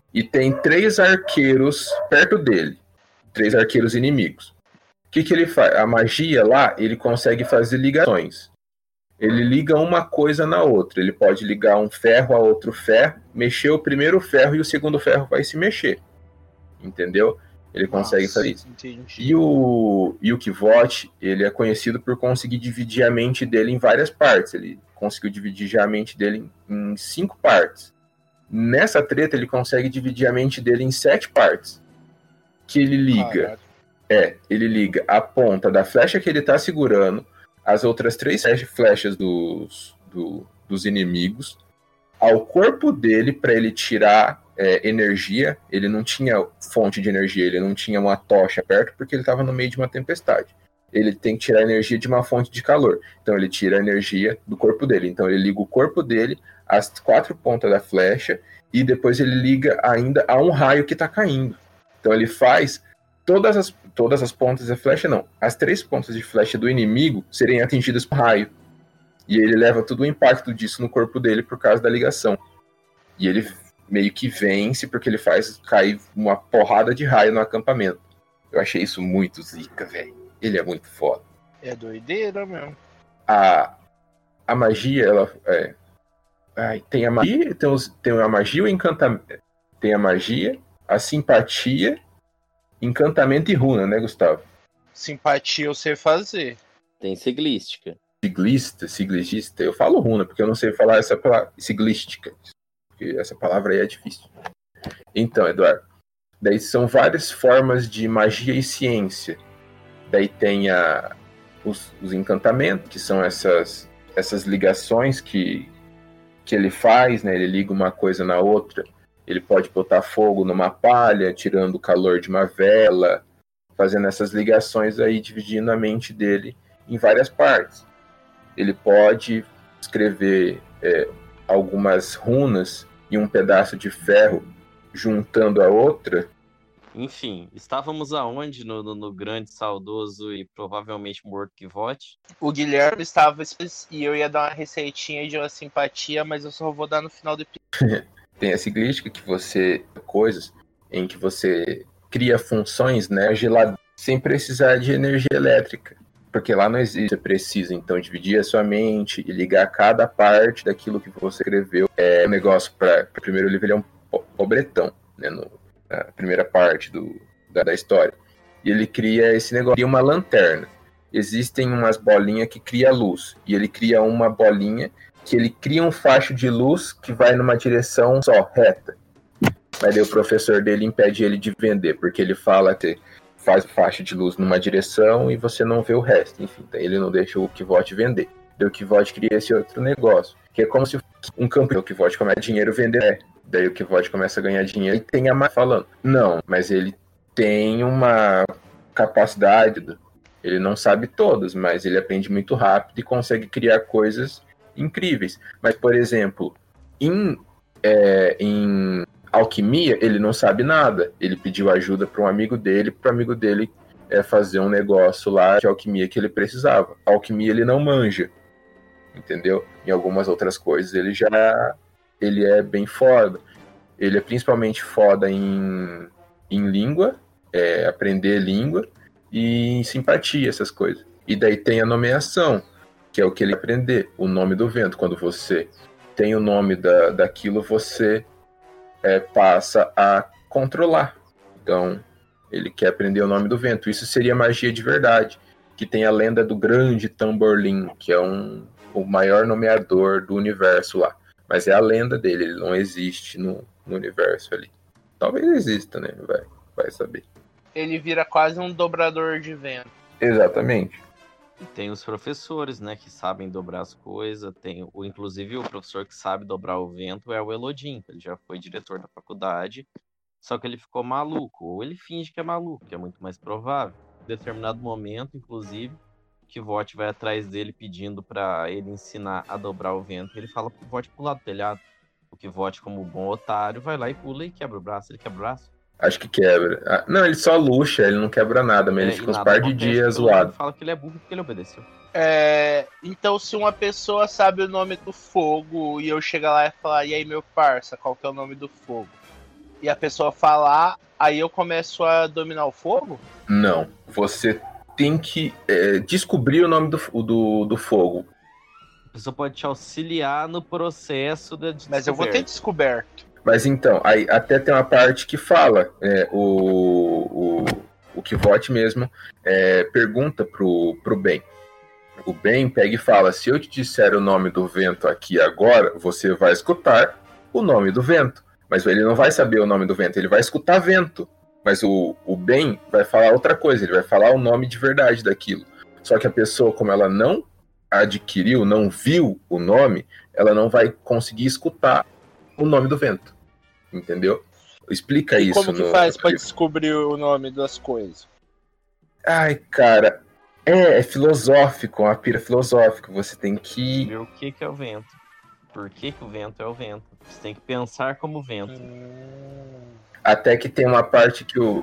e tem três arqueiros perto dele. Três arqueiros inimigos. O que, que ele faz? A magia lá, ele consegue fazer ligações. Ele liga uma coisa na outra. Ele pode ligar um ferro a outro ferro, mexer o primeiro ferro e o segundo ferro vai se mexer. Entendeu? Ele consegue Nossa, fazer isso. entendi. E o, e o Kvothe, ele é conhecido por conseguir dividir a mente dele em várias partes. Ele conseguiu dividir já a mente dele em, em cinco partes. Nessa treta, ele consegue dividir a mente dele em sete partes. Que ele liga. Caralho. É, ele liga a ponta da flecha que ele tá segurando, as outras três flechas dos, do, dos inimigos, ao corpo dele para ele tirar é, energia. Ele não tinha fonte de energia, ele não tinha uma tocha perto porque ele estava no meio de uma tempestade. Ele tem que tirar energia de uma fonte de calor. Então ele tira a energia do corpo dele. Então ele liga o corpo dele às quatro pontas da flecha e depois ele liga ainda a um raio que está caindo. Então ele faz todas as, todas as pontas da flecha, não. As três pontas de flecha do inimigo serem atingidas por raio. E ele leva todo o impacto disso no corpo dele por causa da ligação. E ele meio que vence porque ele faz cair uma porrada de raio no acampamento. Eu achei isso muito zica, velho. Ele é muito foda. É doideira mesmo. A, a magia, ela... É, ai, tem a magia, tem, os, tem a magia e o encantamento. Tem a magia, a simpatia, encantamento e runa, né, Gustavo? Simpatia eu sei fazer. Tem siglística. Siglista, siglista, eu falo runa, porque eu não sei falar essa palavra, siglística, porque essa palavra aí é difícil. Então, Eduardo, daí são várias formas de magia e ciência. Daí tem a, os, os encantamentos, que são essas, essas ligações que, que ele faz, né? Ele liga uma coisa na outra. Ele pode botar fogo numa palha, tirando o calor de uma vela, fazendo essas ligações aí, dividindo a mente dele em várias partes. Ele pode escrever é, algumas runas e um pedaço de ferro juntando a outra. Enfim, estávamos aonde no, no, no grande, saudoso e provavelmente morto Kvothe? O Guilherme estava e eu ia dar uma receitinha de uma simpatia, mas eu só vou dar no final do episódio. Tem a siglística, que você... coisas em que você cria funções, né, gelado, sem precisar de energia elétrica. Porque lá não existe, você precisa, então, dividir a sua mente e ligar cada parte daquilo que você escreveu. É um negócio para o primeiro livro, ele é um pobretão, né, no, na primeira parte do, da, da história. E ele cria esse negócio, cria uma lanterna. Existem umas bolinhas que cria luz, e ele cria uma bolinha que ele cria um facho de luz que vai numa direção só, reta. Mas daí o professor dele impede ele de vender, porque ele fala que faz o faixa de luz numa direção e você não vê o resto. Enfim, daí ele não deixa o Kvothe vender. Daí o Kvothe cria esse outro negócio, que é como se um campo o Kvothe começa a dinheiro vender. É. Daí o Kvothe começa a ganhar dinheiro e tem a mais falando. Não, mas ele tem uma capacidade, ele não sabe todas, mas ele aprende muito rápido e consegue criar coisas incríveis. Mas, por exemplo, em, é, em alquimia, ele não sabe nada. Ele pediu ajuda para um amigo dele, para o amigo dele é, fazer um negócio lá de alquimia que ele precisava. A alquimia ele não manja, entendeu? Em algumas outras coisas ele já ele é bem foda. Ele é principalmente foda em, em língua, é, aprender língua e em simpatia, essas coisas. E daí tem a nomeação, que é o que ele aprender, o nome do vento. Quando você tem o nome da, daquilo, você é, passa a controlar. Então, ele quer aprender o nome do vento. Isso seria magia de verdade, que tem a lenda do grande Tamborlin, que é um, o maior nomeador do universo lá. Mas é a lenda dele, ele não existe no, no universo ali. Talvez exista, né? Vai, vai saber. Ele vira quase um dobrador de vento. Exatamente. E tem os professores, né, que sabem dobrar as coisas. Tem o, inclusive o professor que sabe dobrar o vento é o Elodin. Ele já foi diretor da faculdade, só que ele ficou maluco. Ou ele finge que é maluco, que é muito mais provável. Em determinado momento, inclusive, Kvothe vai atrás dele pedindo para ele ensinar a dobrar o vento. Ele fala pro Kvothe pular do telhado. O Kvothe, como bom otário, vai lá e pula e quebra o braço. Ele quebra o braço. Acho que quebra. Ah, não, ele só luxa, ele não quebra nada, mas É, ele e fica uns nada par de acontece, dias todo mundo zoado. fala que ele é burro porque ele obedeceu. É, então, se uma pessoa sabe o nome do fogo e eu chegar lá e falar, e aí, meu parça, qual que é o nome do fogo? e a pessoa falar, aí eu começo a dominar o fogo? Não. Você tem que é, descobrir o nome do, do, do fogo. A pessoa pode te auxiliar no processo da descoberta. Mas eu vou ter descoberto. Mas então, aí até tem uma parte que fala, é, o, o, o Kvoth mesmo é, pergunta pro, pro Ben. O Ben pega e fala, se eu te disser o nome do vento aqui agora, você vai escutar o nome do vento. Mas ele não vai saber o nome do vento, ele vai escutar vento. Mas o, o Ben vai falar outra coisa, ele vai falar o nome de verdade daquilo. Só que a pessoa, como ela não adquiriu, não viu o nome, ela não vai conseguir escutar o nome do vento. Entendeu? Explica E isso. como que no, faz no pra livro. descobrir o nome das coisas? Ai, cara, é, é filosófico, uma pira filosófica. Você tem que... Ver o que, que é o vento. Por que, que o vento é o vento. Você tem que pensar como vento. Hum... Até que tem uma parte que o,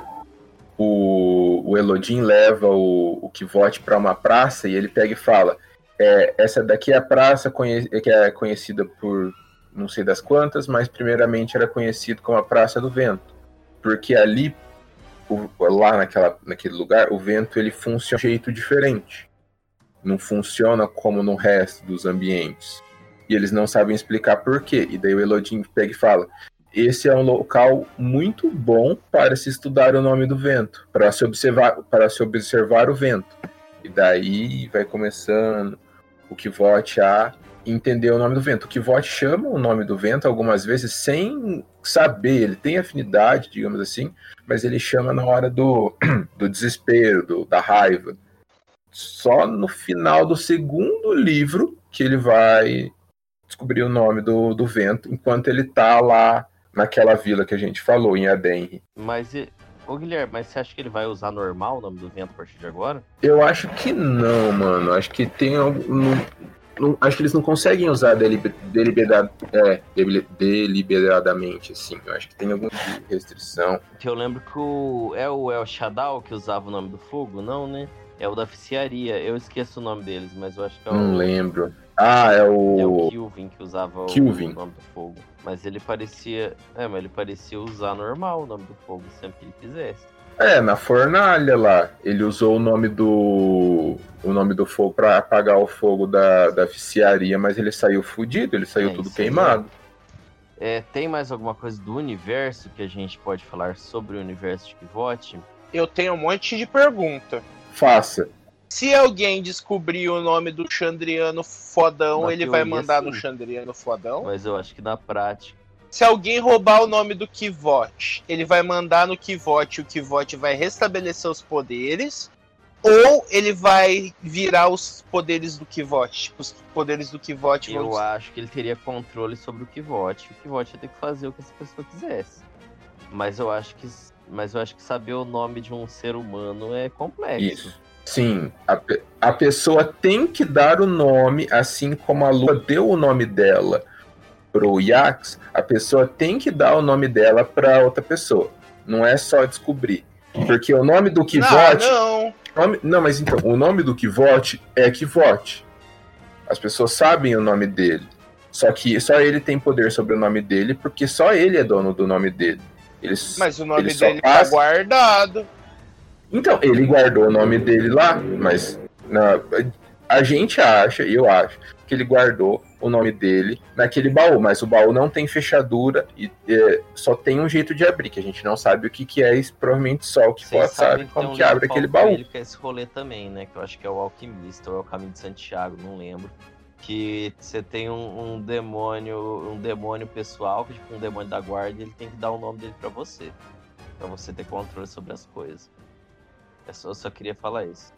o, o Elodin leva o, o Kvoth para uma praça e ele pega e fala, é, essa daqui é a praça conhe- que é conhecida por não sei das quantas, mas primeiramente era conhecido como a Praça do Vento. Porque ali, o, lá naquela, naquele lugar, o vento ele funciona de um jeito diferente. Não funciona como no resto dos ambientes. E eles não sabem explicar por quê. E daí o Elodin pega e fala, esse é um local muito bom para se estudar o nome do vento, para se observar, para se observar o vento. E daí vai começando o Kvoth a entender o nome do vento. O Kvoth chama o nome do vento algumas vezes sem saber, ele tem afinidade, digamos assim, mas ele chama na hora do, do desespero, do, da raiva. Só no final do segundo livro que ele vai descobrir o nome do, do vento, enquanto ele tá lá naquela vila que a gente falou, em Adenri. Mas, e- ô Guilherme, mas você acha que ele vai usar normal o nome do vento a partir de agora? Eu acho que não, mano. Acho que tem algum... não- não- acho que eles não conseguem usar deliber, deliberad, é, deli- deliberadamente, assim. Eu acho que tem alguma restrição. Que eu lembro que o... é o El Shaddai que usava o nome do fogo? Não, né? É o da oficiaria. Eu esqueço o nome deles, mas eu acho que é o... Não lembro. Ah, é É o o... Kilvin que usava o Kilvin. nome do fogo. Mas ele parecia... É, mas ele parecia usar normal o nome do fogo, sempre que ele quisesse. É, na fornalha lá. Ele usou o nome do... o nome do fogo pra apagar o fogo da, da oficiaria, mas ele saiu fudido, ele saiu É, tudo isso aí, queimado. É, tem mais alguma coisa do universo que a gente pode falar sobre o universo de Kvoth? Eu tenho um monte de pergunta. Faça. Se alguém descobrir o nome do Chandriano fodão, Na ele vai teoria, mandar sim. no Chandriano fodão? Mas eu acho que na prática... Se alguém roubar o nome do Kvoth, ele vai mandar no Kvoth e o Kvoth vai restabelecer os poderes? Ou ele vai virar os poderes do Kvoth? Tipo, os poderes do Kvoth vão... Eu acho que ele teria controle sobre o Kvoth. O Kvoth ia ter que fazer o que essa pessoa quisesse. Mas eu acho que, mas eu acho que saber o nome de um ser humano é complexo. Isso. Sim, a, pe- a pessoa tem que dar o nome, assim como a Lua deu o nome dela pro Yax, a pessoa tem que dar o nome dela pra outra pessoa. Não é só descobrir. Porque o nome do Kvoth... Não, não. Nome- não, mas então, o nome do Kvoth é Kvoth. As pessoas sabem o nome dele. Só que só ele tem poder sobre o nome dele, porque só ele é dono do nome dele. Ele, Mas o nome ele só dele tá passa- guardado. Então, ele guardou o nome dele lá, mas na- a gente acha, e eu acho, que ele guardou o nome dele naquele baú, mas o baú não tem fechadura e é, só tem um jeito de abrir, que a gente não sabe o que, que é, e provavelmente só o que Vocês pode sabe sabem que tem como um que abre livro aquele com baú. ele que é esse rolê também, né? Que eu acho que é o Alquimista ou é o Caminho de Santiago, não lembro. Que você tem um, um demônio, um demônio pessoal, que é tipo um demônio da guarda, e ele tem que dar o nome dele pra você. Pra você ter controle sobre as coisas. Eu só, eu só queria falar isso.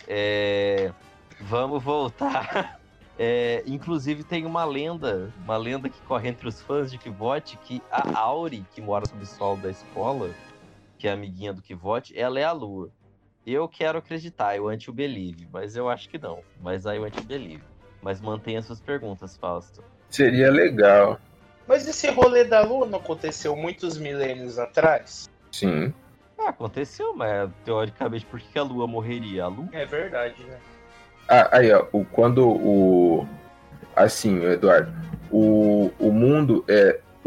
É, vamos voltar. É, inclusive tem uma lenda, uma lenda que corre entre os fãs de Kvoth, que a Auri, que mora sob o sol da escola, que é amiguinha do Kvoth, ela é a Lua. Eu quero acreditar, eu anti-believe, mas eu acho que não. Mas aí eu anti-believe. Mas mantenha suas perguntas, Fausto. Seria legal, Mas esse rolê da Lua não aconteceu muitos milênios atrás? sim. Ah, aconteceu, mas teoricamente por que a Lua morreria? A Lua? É verdade, né? Ah, aí, ó, o, quando o... Assim, Eduardo, o, o mundo é...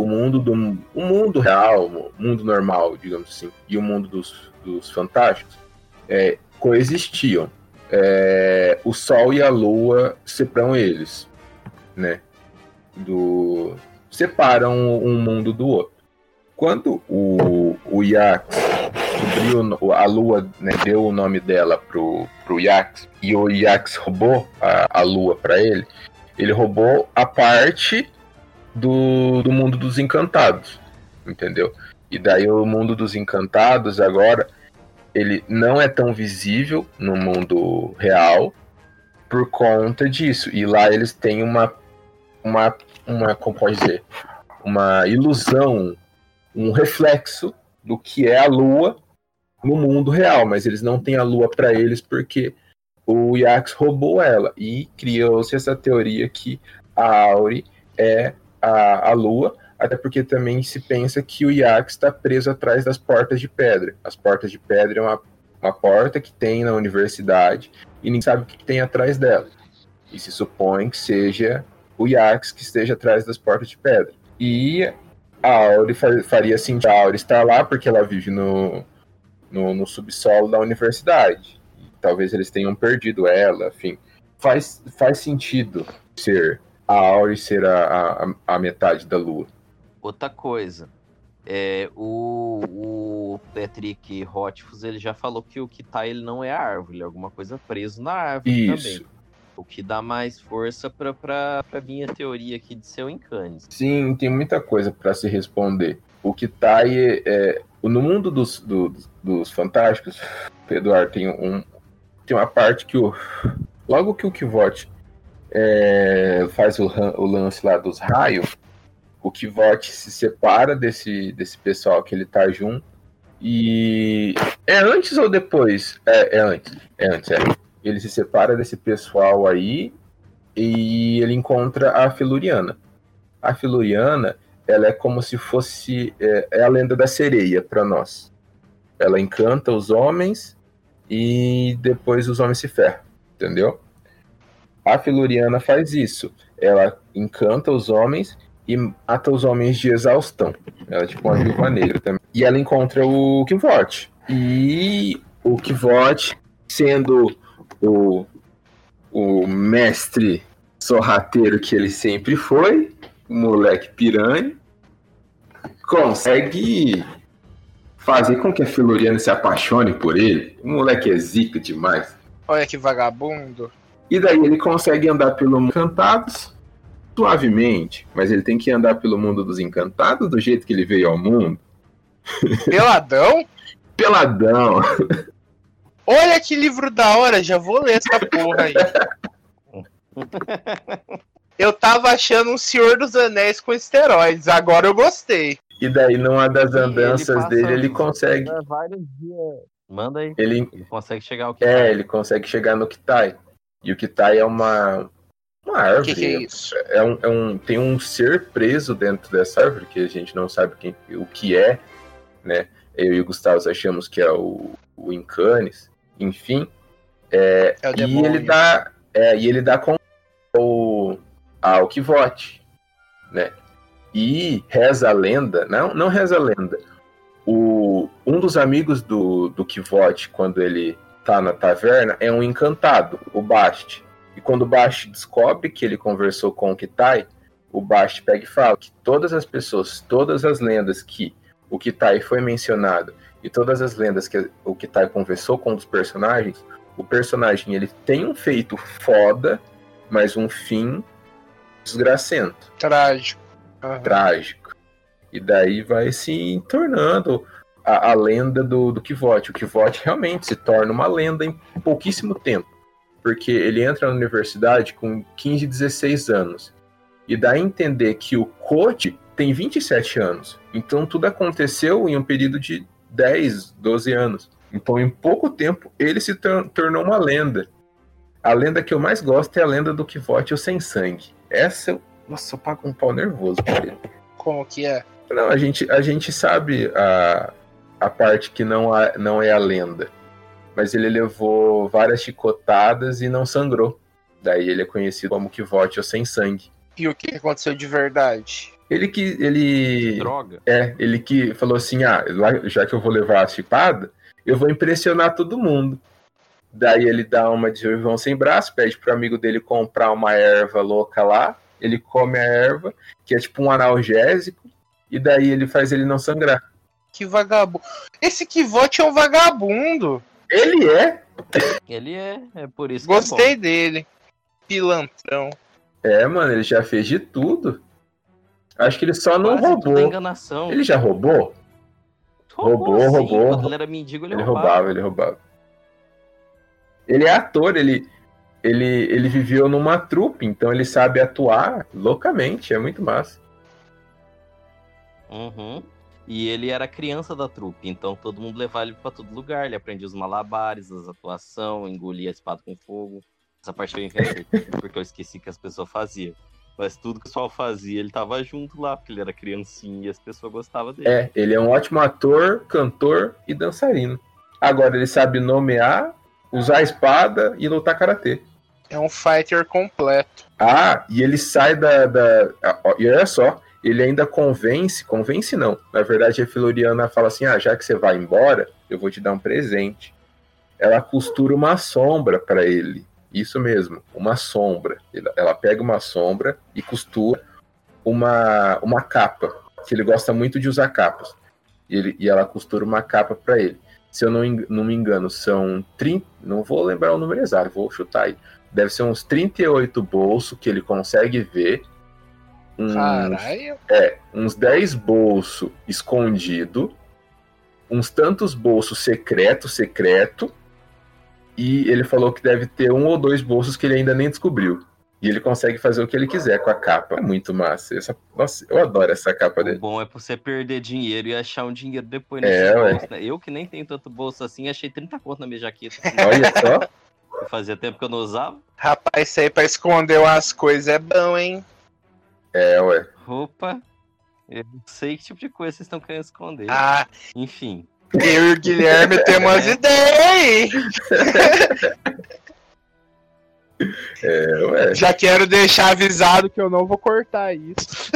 o mundo do o mundo real, o mundo normal, digamos assim, e o mundo dos, dos fantásticos é, coexistiam. É, o Sol e a Lua separam eles, né? Do, separam um mundo do outro. Quando o, o Yax descobriu, a Lua, né, deu o nome dela pro, pro Yax, e o Yax roubou a, a Lua para ele, ele roubou a parte do, do mundo dos encantados, entendeu? E daí o mundo dos encantados agora, ele não é tão visível no mundo real por conta disso. E lá eles têm uma, uma, uma como pode dizer, uma ilusão, um reflexo do que é a Lua no mundo real, mas eles não têm a Lua para eles porque o Yax roubou ela, e criou-se essa teoria que a Auri é a, a Lua, até porque também se pensa que o Yax está preso atrás das portas de pedra. As portas de pedra é uma, uma porta que tem na universidade e ninguém sabe o que tem atrás dela, e se supõe que seja o Yax que esteja atrás das portas de pedra. E a Auri faria sentido a Auri estar lá porque ela vive no, no, no subsolo da universidade. Talvez eles tenham perdido ela, enfim. Faz, faz sentido ser a Auri ser a, a, a metade da Lua. Outra coisa, é, o, o Patrick Rothfuss, ele já falou que o Kitai ele não é a árvore, ele é alguma coisa preso na árvore Isso. também. O que dá mais força pra, pra, pra minha teoria aqui de ser o Incanis. Sim, tem muita coisa para se responder. O Kitai, é, é, no mundo dos, dos, dos fantásticos, Eduardo, tem um... Tem uma parte que o... Logo que o Kvothe é, faz o, o lance lá dos raios, o Kvothe se separa desse, desse pessoal que ele tá junto. E... É antes ou depois? É, é antes. É antes, é. Ele se separa desse pessoal aí e ele encontra a Feluriana. A Feluriana, ela é como se fosse... É, é a lenda da sereia para nós. Ela encanta os homens... E depois os homens se ferram, entendeu? A Feluriana faz isso. Ela encanta os homens e mata os homens de exaustão. Ela é tipo uma viúva negra também. E ela encontra o Kvothe. E o Kvothe, sendo o, o mestre sorrateiro que ele sempre foi, o moleque piranha, consegue... fazer com que a Feluriana se apaixone por ele. O moleque é zica demais. Olha que vagabundo. E daí ele consegue andar pelo mundo encantados suavemente. Mas ele tem que andar pelo mundo dos encantados do jeito que ele veio ao mundo. Peladão? Peladão. Olha que livro da hora, já vou ler essa porra aí. Eu tava achando um Senhor dos Anéis com esteroides, agora eu gostei. E daí, numa das andanças ele dele, ele consegue... vários dias. Manda aí. Ele, ele consegue chegar ao Kitai. É, ele consegue chegar no Kitai. E o Kitai é uma, uma árvore. O que, que é isso? É um, é um, tem um ser preso dentro dessa árvore, que a gente não sabe quem, o que é, né? Eu e o Gustavo achamos que é o, o Incanis. Enfim. É, é o e demônio. ele dá, é, e ele dá com o, ao Kvothe, né? E reza a lenda, não, não reza a lenda, o, um dos amigos do, do Kvothe, quando ele tá na taverna, é um encantado, o Bast. E quando o Bast descobre que ele conversou com o Kitai, o Bast pega e fala que todas as pessoas, todas as lendas que o Kitai foi mencionado, e todas as lendas que o Kitai conversou com os personagens, o personagem ele tem um feito foda, mas um fim desgracento. Trágico. Uhum. Trágico. E daí vai se tornando a, a lenda do, do Kvothe. O Kvothe realmente se torna uma lenda em pouquíssimo tempo. Porque ele entra na universidade com quinze, dezesseis anos. E dá a entender que o Kote tem vinte e sete anos. Então tudo aconteceu em um período de dez, doze anos. Então em pouco tempo ele se tor- tornou uma lenda. A lenda que eu mais gosto é a lenda do Kvothe, o Sem Sangue. Essa eu Nossa, eu pago um pau nervoso por ele. Como que é? Não, a gente, a gente sabe a, a parte que não, há, não é a lenda. Mas ele levou várias chicotadas e não sangrou. Daí ele é conhecido como Kvothe, o Sem Sangue. E o que aconteceu de verdade? Ele que. Ele. Droga. É, ele que falou assim: ah, já que eu vou levar a chipada, eu vou impressionar todo mundo. Daí ele dá uma de Irmão Sem Braço, pede pro amigo dele comprar uma erva louca lá. Ele come a erva, que é tipo um analgésico, e daí ele faz ele não sangrar. Que vagabundo. Esse Kvote é um vagabundo. Ele é? Ele é, é por isso Gostei que é dele. Pilantrão. É, mano, ele já fez de tudo. Acho que ele só não Quase tudo é roubou. enganação. Ele já roubou? Roubou, sim. roubou. Quando ele era mendigo, ele, Ele roubava. roubava, ele roubava. Ele é ator, ele, ele, ele viveu numa trupe, então ele sabe atuar loucamente, é muito massa. Uhum. E ele era criança da trupe, então todo mundo levava ele pra todo lugar. Ele aprendia os malabares, as atuações, engolia a espada com fogo. Essa parte eu inventei, porque eu esqueci que as pessoas faziam. Mas tudo que o pessoal fazia, ele tava junto lá, porque ele era criancinha e as pessoas gostavam dele. É, ele é um ótimo ator, cantor e dançarino. Agora ele sabe nomear, usar a espada e lutar karatê. É um fighter completo. Ah, e ele sai da... da... E olha só, ele ainda convence, convence não. Na verdade, a Floriana fala assim, ah, já que você vai embora, eu vou te dar um presente. Ela costura uma sombra pra ele. Isso mesmo, uma sombra. Ela pega uma sombra e costura uma, uma capa, que ele gosta muito de usar capas. E, ele, e ela costura uma capa pra ele. Se eu não, não me engano, são trinta... Não vou lembrar o número exato, vou chutar aí. Deve ser uns trinta e oito bolsos que ele consegue ver. Uns, Caralho. É, uns dez bolsos escondidos. Uns tantos bolsos secreto, secreto. E ele falou que deve ter um ou dois bolsos que ele ainda nem descobriu. E ele consegue fazer o que ele quiser com a capa. É muito massa. Essa... Nossa, eu adoro essa capa dele. O bom é pra você perder dinheiro e achar um dinheiro depois É, nesse ué. bolso, né? Eu que nem tenho tanto bolso assim, achei trinta conto na minha jaqueta. Olha só. Fazia tempo que eu não usava. Rapaz, isso aí pra esconder umas coisas é bom, hein? É, ué. Opa, eu não sei que tipo de coisa vocês estão querendo esconder. Ah, Enfim. eu e o Guilherme temos umas É. ideias aí. É, ué. Já quero deixar avisado que eu não vou cortar isso.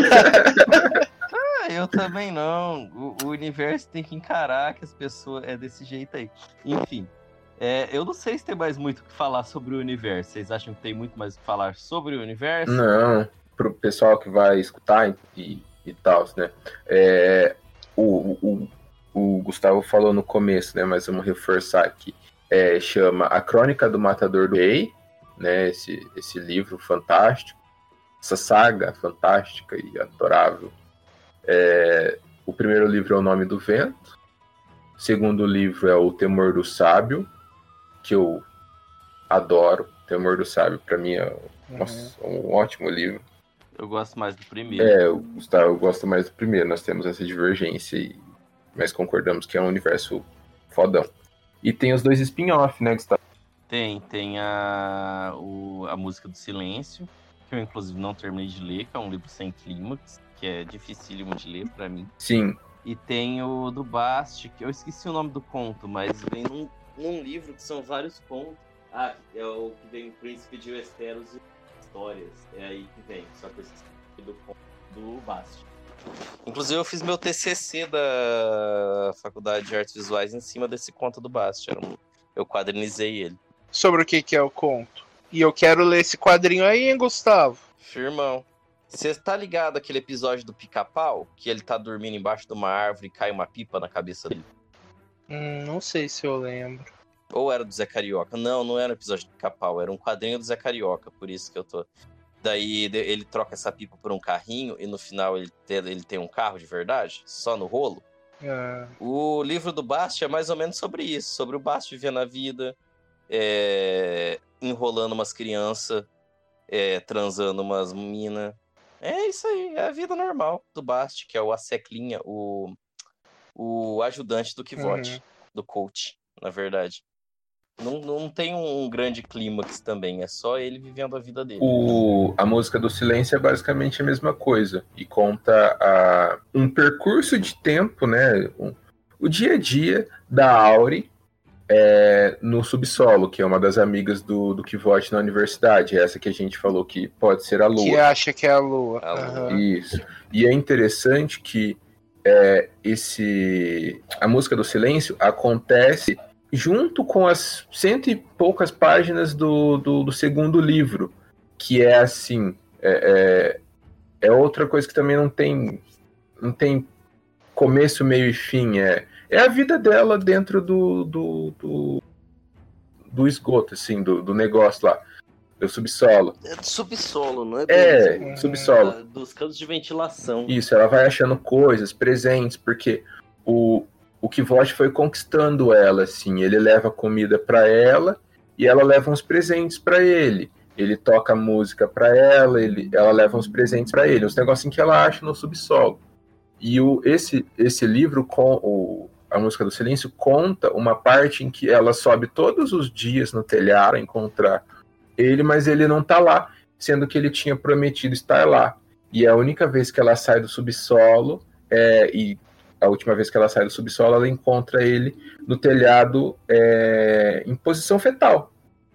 Ah, eu também não. O, o universo tem que encarar que as pessoas é desse jeito aí. Enfim. É, eu não sei se tem mais muito o que falar sobre o universo. Vocês acham que tem muito mais o que falar sobre o universo? Não, pro pessoal que vai escutar e, e tal, né? É, o, o, o Gustavo falou no começo, né? Mas vamos reforçar aqui. É, chama A Crônica do Matador do Rei, né? Esse, esse livro fantástico, essa saga fantástica e adorável. É, o primeiro livro é O Nome do Vento. O segundo livro é O Temor do Sábio, que eu adoro. O Temor do Sábio, pra mim, é nossa, um ótimo livro. Eu gosto mais do primeiro. É, o Gustavo gosta mais do primeiro. Nós temos essa divergência, e... mas concordamos que é um universo fodão. E tem os dois spin-off, né, Gustavo? Tem, tem a, o, a Música do Silêncio, que eu inclusive não terminei de ler, que é um livro sem clímax, que é dificílimo de ler pra mim. Sim. E tem o do Bast, que eu esqueci o nome do conto, mas vem num, num livro que são vários contos. Ah, é o que vem o Príncipe de Westeros e Histórias. É aí que vem, só que eu esqueci do conto do Bast. Inclusive eu fiz meu T C C da Faculdade de Artes Visuais em cima desse conto do Bast. Um, eu quadrinizei ele. Sobre o que, que é o conto. E eu quero ler esse quadrinho aí, hein, Gustavo? Firmão. Você tá ligado aquele episódio do Pica-Pau? Que ele tá dormindo embaixo de uma árvore e cai uma pipa na cabeça dele? Hum, não sei se eu lembro. Ou era do Zé Carioca? Não, não era um episódio do Pica-Pau. Era um quadrinho do Zé Carioca, por isso que eu tô... Daí ele troca essa pipa por um carrinho e no final ele tem, ele tem um carro de verdade, só no rolo. Ah, O livro do Bast é mais ou menos sobre isso, sobre o Bast vivendo a vida, é, enrolando umas crianças, é, transando umas minas. É isso aí, é a vida normal do Bast, que é o Asseclinha, o, o ajudante do Kvote, Uhum. do coach, na verdade. Não, não tem um grande clímax também, é só ele vivendo a vida dele. O, a Música do Silêncio é basicamente a mesma coisa. E conta a, um percurso de tempo, né? Um, o dia a dia da Auri, é, no subsolo, que é uma das amigas do, do Kvothe na universidade, essa que a gente falou que pode ser a Lua. Que acha que é a Lua. A Lua. Uhum. Isso. E é interessante que é, esse, a música do silêncio acontece junto com as cento e poucas páginas do, do, do segundo livro, que é assim, é, é, é outra coisa que também não tem, não tem começo, meio e fim, é, é a vida dela dentro do, do, do, do esgoto, assim, do, do negócio lá, do subsolo. É do subsolo, não é? É, bem- subsolo. da- Dos canos de ventilação. Isso, ela vai achando coisas, presentes, porque o, o Kvothe foi conquistando ela, assim, ele leva comida pra ela e ela leva uns presentes pra ele. Ele toca música pra ela, ele, ela leva uns presentes pra ele, uns negocinhos que ela acha no subsolo. E o, esse, esse livro, com o, a música do silêncio, conta uma parte em que ela sobe todos os dias no telhado a encontrar ele, mas ele não tá lá, sendo que ele tinha prometido estar lá. E a única vez que ela sai do subsolo, é, e a última vez que ela sai do subsolo, ela encontra ele no telhado é, em posição fetal.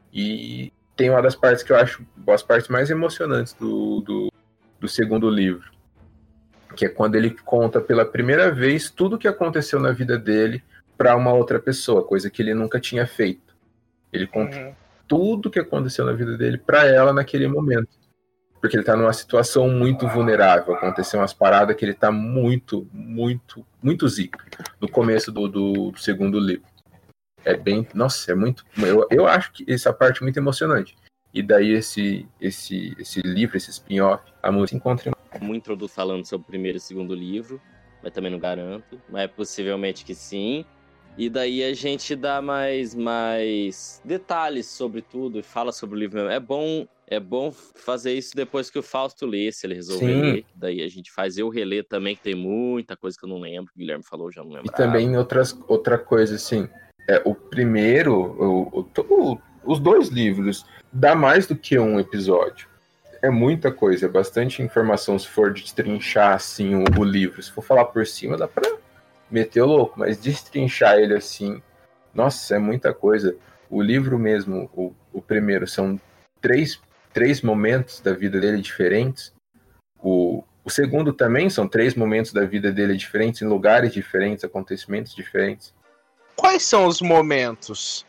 E tem uma das partes que eu acho as partes mais emocionantes do, do, do segundo livro, que é quando ele conta pela primeira vez tudo o que aconteceu na vida dele para uma outra pessoa, coisa que ele nunca tinha feito. Ele conta Uhum. tudo que aconteceu na vida dele para ela naquele momento. Porque ele tá numa situação muito vulnerável. Aconteceu umas paradas que ele tá muito, muito, muito zica no começo do, do, do segundo livro. É bem. Nossa, é muito. Eu, eu acho que essa parte é muito emocionante. E daí esse, esse, esse livro, esse spin-off, a música encontra. Muito introduzo falando sobre o primeiro e segundo livro, mas também não garanto, mas possivelmente que sim. E daí a gente dá mais, mais detalhes sobre tudo e fala sobre o livro mesmo. É bom, é bom fazer isso depois que o Fausto lê, se ele resolver Sim. ler. Daí a gente faz eu reler também, que tem muita coisa que eu não lembro, que o Guilherme falou, já não lembro. E também outras, outra coisa, assim, é, o primeiro, o, o, o, os dois livros, dá mais do que um episódio. É muita coisa, é bastante informação se for destrinchar, assim, o, o livro. Se for falar por cima, dá pra meter o louco, mas destrinchar ele, assim, nossa, é muita coisa. O livro mesmo, o, o primeiro, são três, três momentos da vida dele diferentes. O, o segundo também são três momentos da vida dele diferentes, em lugares diferentes, acontecimentos diferentes. Quais são os momentos?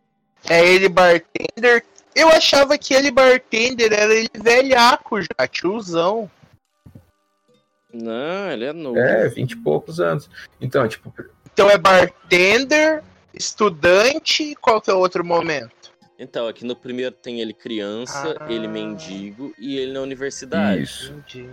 É ele bartender? Eu achava que ele bartender era ele velhaco já, tiozão. Não, ele é novo. É, vinte e poucos anos. Então, tipo, Então é bartender, estudante, qual que é o outro momento? Então, aqui no primeiro tem ele criança, Ah. ele mendigo e ele na universidade. isso. Entendi.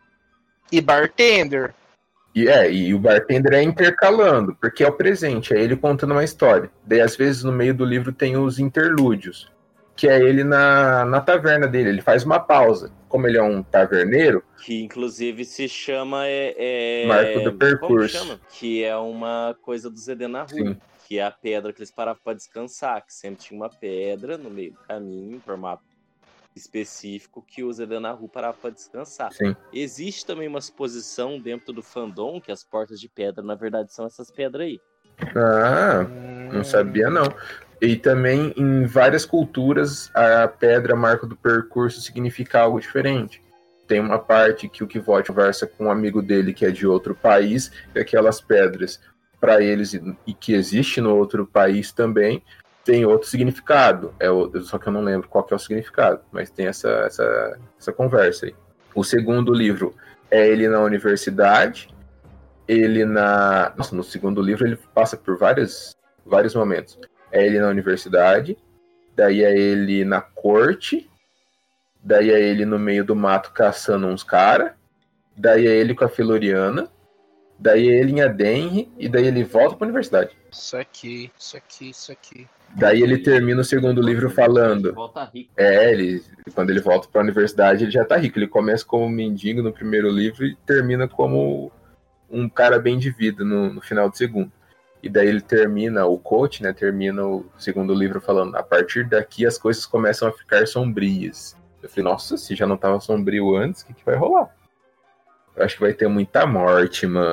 E bartender? E é, e o bartender é intercalando, porque é o presente, é ele contando uma história. Daí, às vezes, no meio do livro tem os interlúdios, que é ele na, na taverna dele, ele faz uma pausa. Como ele é um taverneiro, Que inclusive se chama. É, é... Marco do Como Percurso. chama? Que é uma coisa do Zedenahu. Sim. Que é a pedra que eles paravam pra descansar. Que sempre tinha uma pedra no meio do caminho, em formato específico, que o Zedenahu parava pra descansar. sim. Existe também uma suposição dentro do fandom que as portas de pedra, na verdade, são essas pedras aí. Ah, não sabia não. E também em várias culturas a pedra Marco do Percurso significa algo diferente. Tem uma parte que o Kvothe conversa com um amigo dele que é de outro país, e aquelas pedras para eles e que existe no outro país também tem outro significado. É o, só que eu não lembro qual que é o significado, mas tem essa, essa, essa conversa aí. O segundo livro é ele na universidade. Ele na. Nossa, no segundo livro ele passa por vários, vários momentos. É ele na universidade, daí é ele na corte, daí é ele no meio do mato caçando uns caras, daí é ele com a Feluriana, daí é ele em Adenre, e daí ele volta pra universidade. Isso aqui, isso aqui, isso aqui. Daí ele termina o segundo livro falando. Volta rico. É, ele, quando ele volta pra universidade ele já tá rico. Ele começa como mendigo no primeiro livro e termina como um cara bem de vida no, no final do segundo. E daí ele termina, o coach, né, termina o segundo livro falando, a partir daqui as coisas começam a ficar sombrias. Eu falei, nossa, se já não tava sombrio antes, o que, que vai rolar? Eu acho que vai ter muita morte, mano.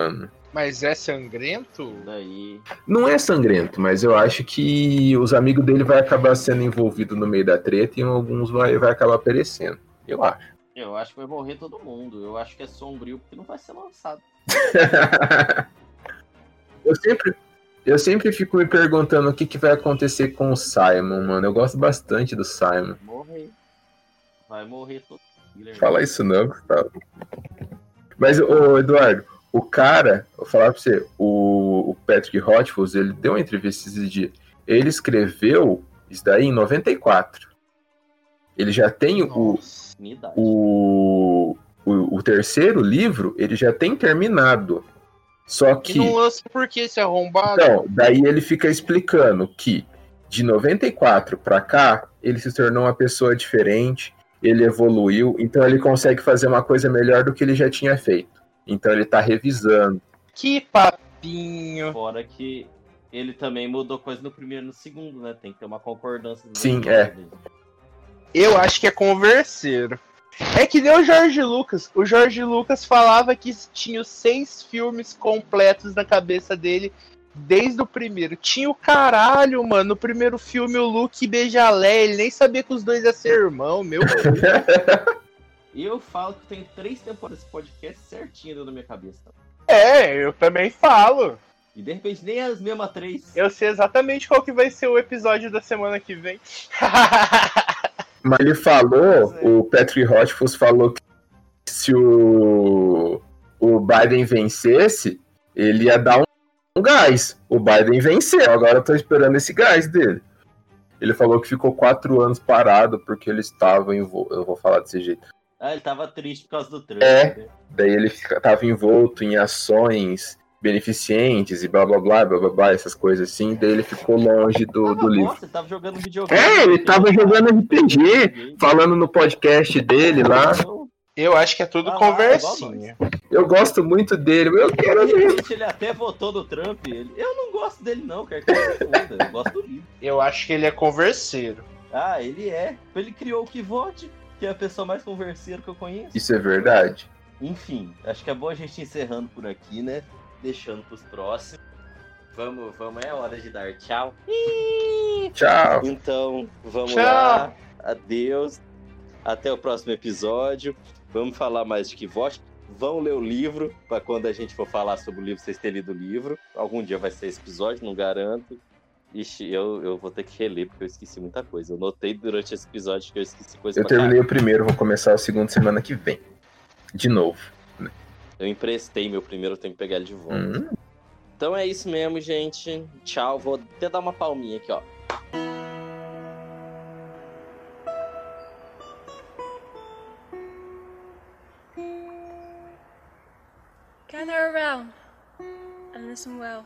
Mas é sangrento? Daí. Não é sangrento, mas eu acho que os amigos dele vai acabar sendo envolvidos no meio da treta e alguns vai, vai acabar perecendo. Eu acho. Eu acho que vai morrer todo mundo. Eu acho que é sombrio porque não vai ser lançado. eu sempre. Eu sempre fico me perguntando o que, que vai acontecer com o Simon, mano. Eu gosto bastante do Simon. Vai morrer. Vai morrer todo mundo. Fala isso não, Gustavo. Mas, ô, Eduardo, o cara, vou falar pra você, o, o Patrick Rothfuss, ele deu uma entrevista esses dias. Ele escreveu isso daí em noventa e quatro. Ele já tem o, o, o, o terceiro livro, ele já tem terminado. Só que... E não lança por que esse arrombado? Então, daí ele fica explicando que de noventa e quatro pra cá, ele se tornou uma pessoa diferente, ele evoluiu, então ele consegue fazer uma coisa melhor do que ele já tinha feito. Então ele tá revisando. Que papinho. Fora que ele também mudou coisa no primeiro e no segundo, né? Tem que ter uma concordância. Sim, é. Dele. Eu acho que é converseiro. É que nem o Jorge Lucas. O Jorge Lucas falava que tinha seis filmes completos na cabeça dele desde o primeiro. Tinha o caralho, mano. No primeiro filme o Luke beija a Leia. Ele nem sabia que os dois iam ser irmão, meu. E eu falo que tem três temporadas de podcast certinho na minha cabeça. É, eu também falo. E de repente nem as mesmas três. Eu sei exatamente qual que vai ser o episódio da semana que vem. Mas ele falou, o Patrick Rothfuss falou que se o, o Biden vencesse, ele ia dar um, um gás. O Biden venceu, agora eu tô esperando esse gás dele. Ele falou que ficou quatro anos parado porque ele estava envolto. Eu vou falar desse jeito. Ah, ele tava triste por causa do Trump. É, né? Daí ele estava envolto em ações beneficentes e blá blá blá blá blá, blá essas coisas assim. Daí ele ficou longe do, do livro. Nossa, ele tava jogando videogame. É, ele tava jogando R P G, falando no podcast dele lá. Eu acho que é tudo Ah, conversinha. Eu gosto muito dele, eu quero De ver. repente ele até votou no Trump. Ele... Eu não gosto dele não, quero que ele se foda. Eu gosto do livro. Eu acho que ele é converseiro. Ah, ele é. Ele criou o Que Vote, que é a pessoa mais converseira que eu conheço. Isso é verdade. Enfim, acho que é bom a gente ir encerrando por aqui, né? Deixando pros próximos. Vamos, vamos, é hora de dar tchau. Tchau. Então, vamos Tchau. lá. Adeus. Até o próximo episódio. Vamos falar mais de Que Vote. Vão ler o livro, para quando a gente for falar sobre o livro, vocês terem lido o livro. Algum dia vai ser esse episódio, não garanto. Ixi, eu, eu vou ter que reler, porque eu esqueci muita coisa. Eu notei durante esse episódio que eu esqueci coisa Eu pra terminei caralho. o primeiro, vou começar o segundo semana que vem. De novo. Eu emprestei meu primeiro, eu tenho que pegar ele de volta. Hum. Então é isso mesmo, gente. Tchau. Vou até dar uma palminha aqui, ó. Gather around and listen well.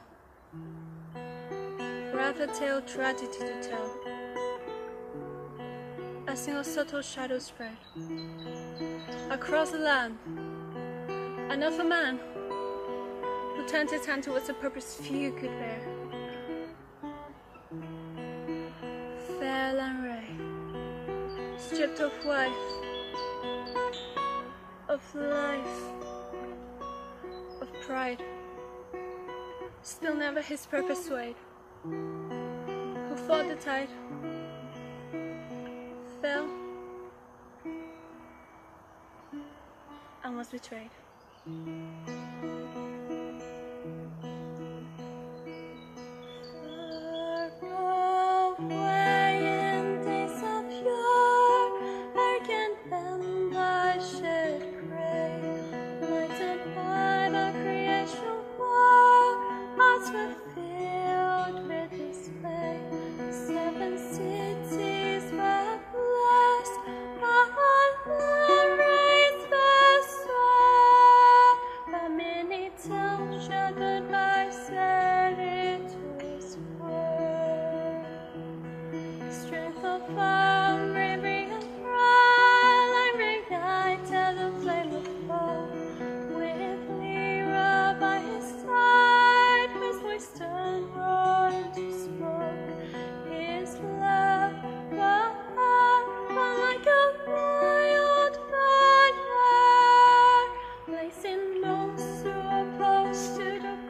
For I have a tale tragedy to tell. A single subtle shadow spread across the land, and of a man who turned his hand towards a purpose few could bear. Fair land ray, stripped of wife, of life, of pride, still never his purpose swayed. Who fought the tide, fell, and was betrayed. Far away in days of yore, arrogant bend by shed gray, lighted by the creation war, hearts were filled with display. Seven cities were blessed, on the race first star, but many towns shall goodbye said it was worth. Strength of our bravery and pride, like reignited the flame of foe. With Lyra by his side, his voice turned roar into smoke. His love burned like a wild fire, blazing most so opposed to the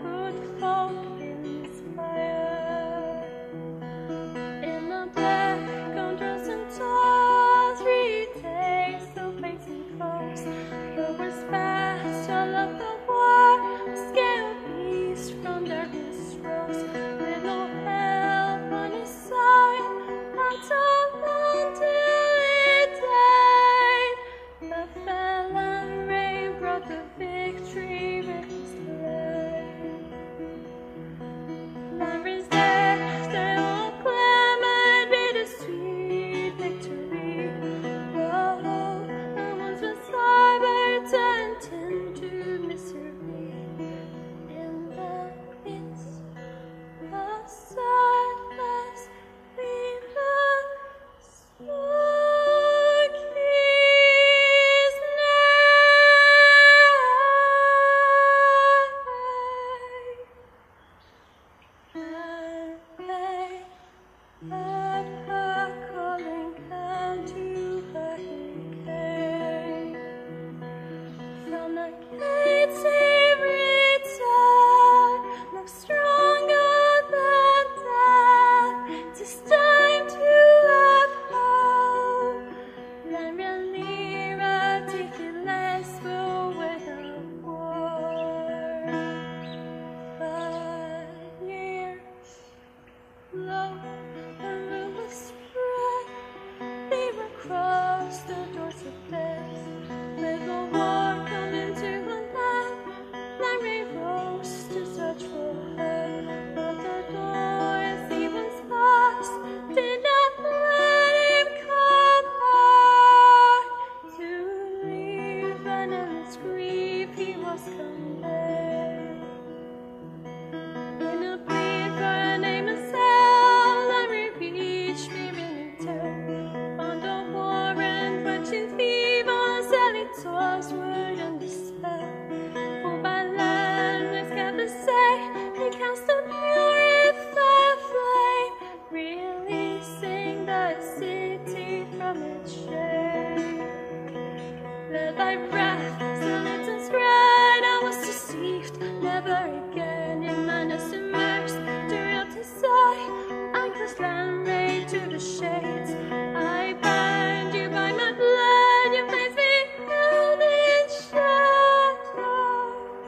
city from its shade. Led by wrath, silence and spread, I was deceived. Never again in madness immersed. To reality sigh, anchors land laid to the shades. I bind you by my blood, your face beheld in shadow.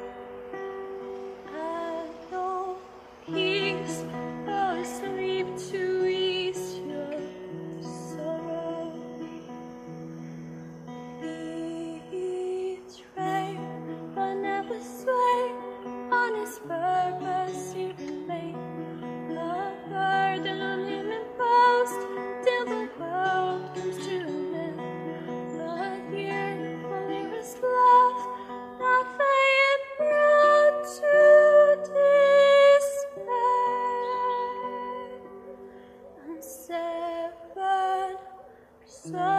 And no peace, or sleep to ease your sorrow. Betrayed, but never swayed. On his purpose he remained. A burden on him imposed, till the world comes to an end. But here, only his love, not fate brought to despair. And severed, so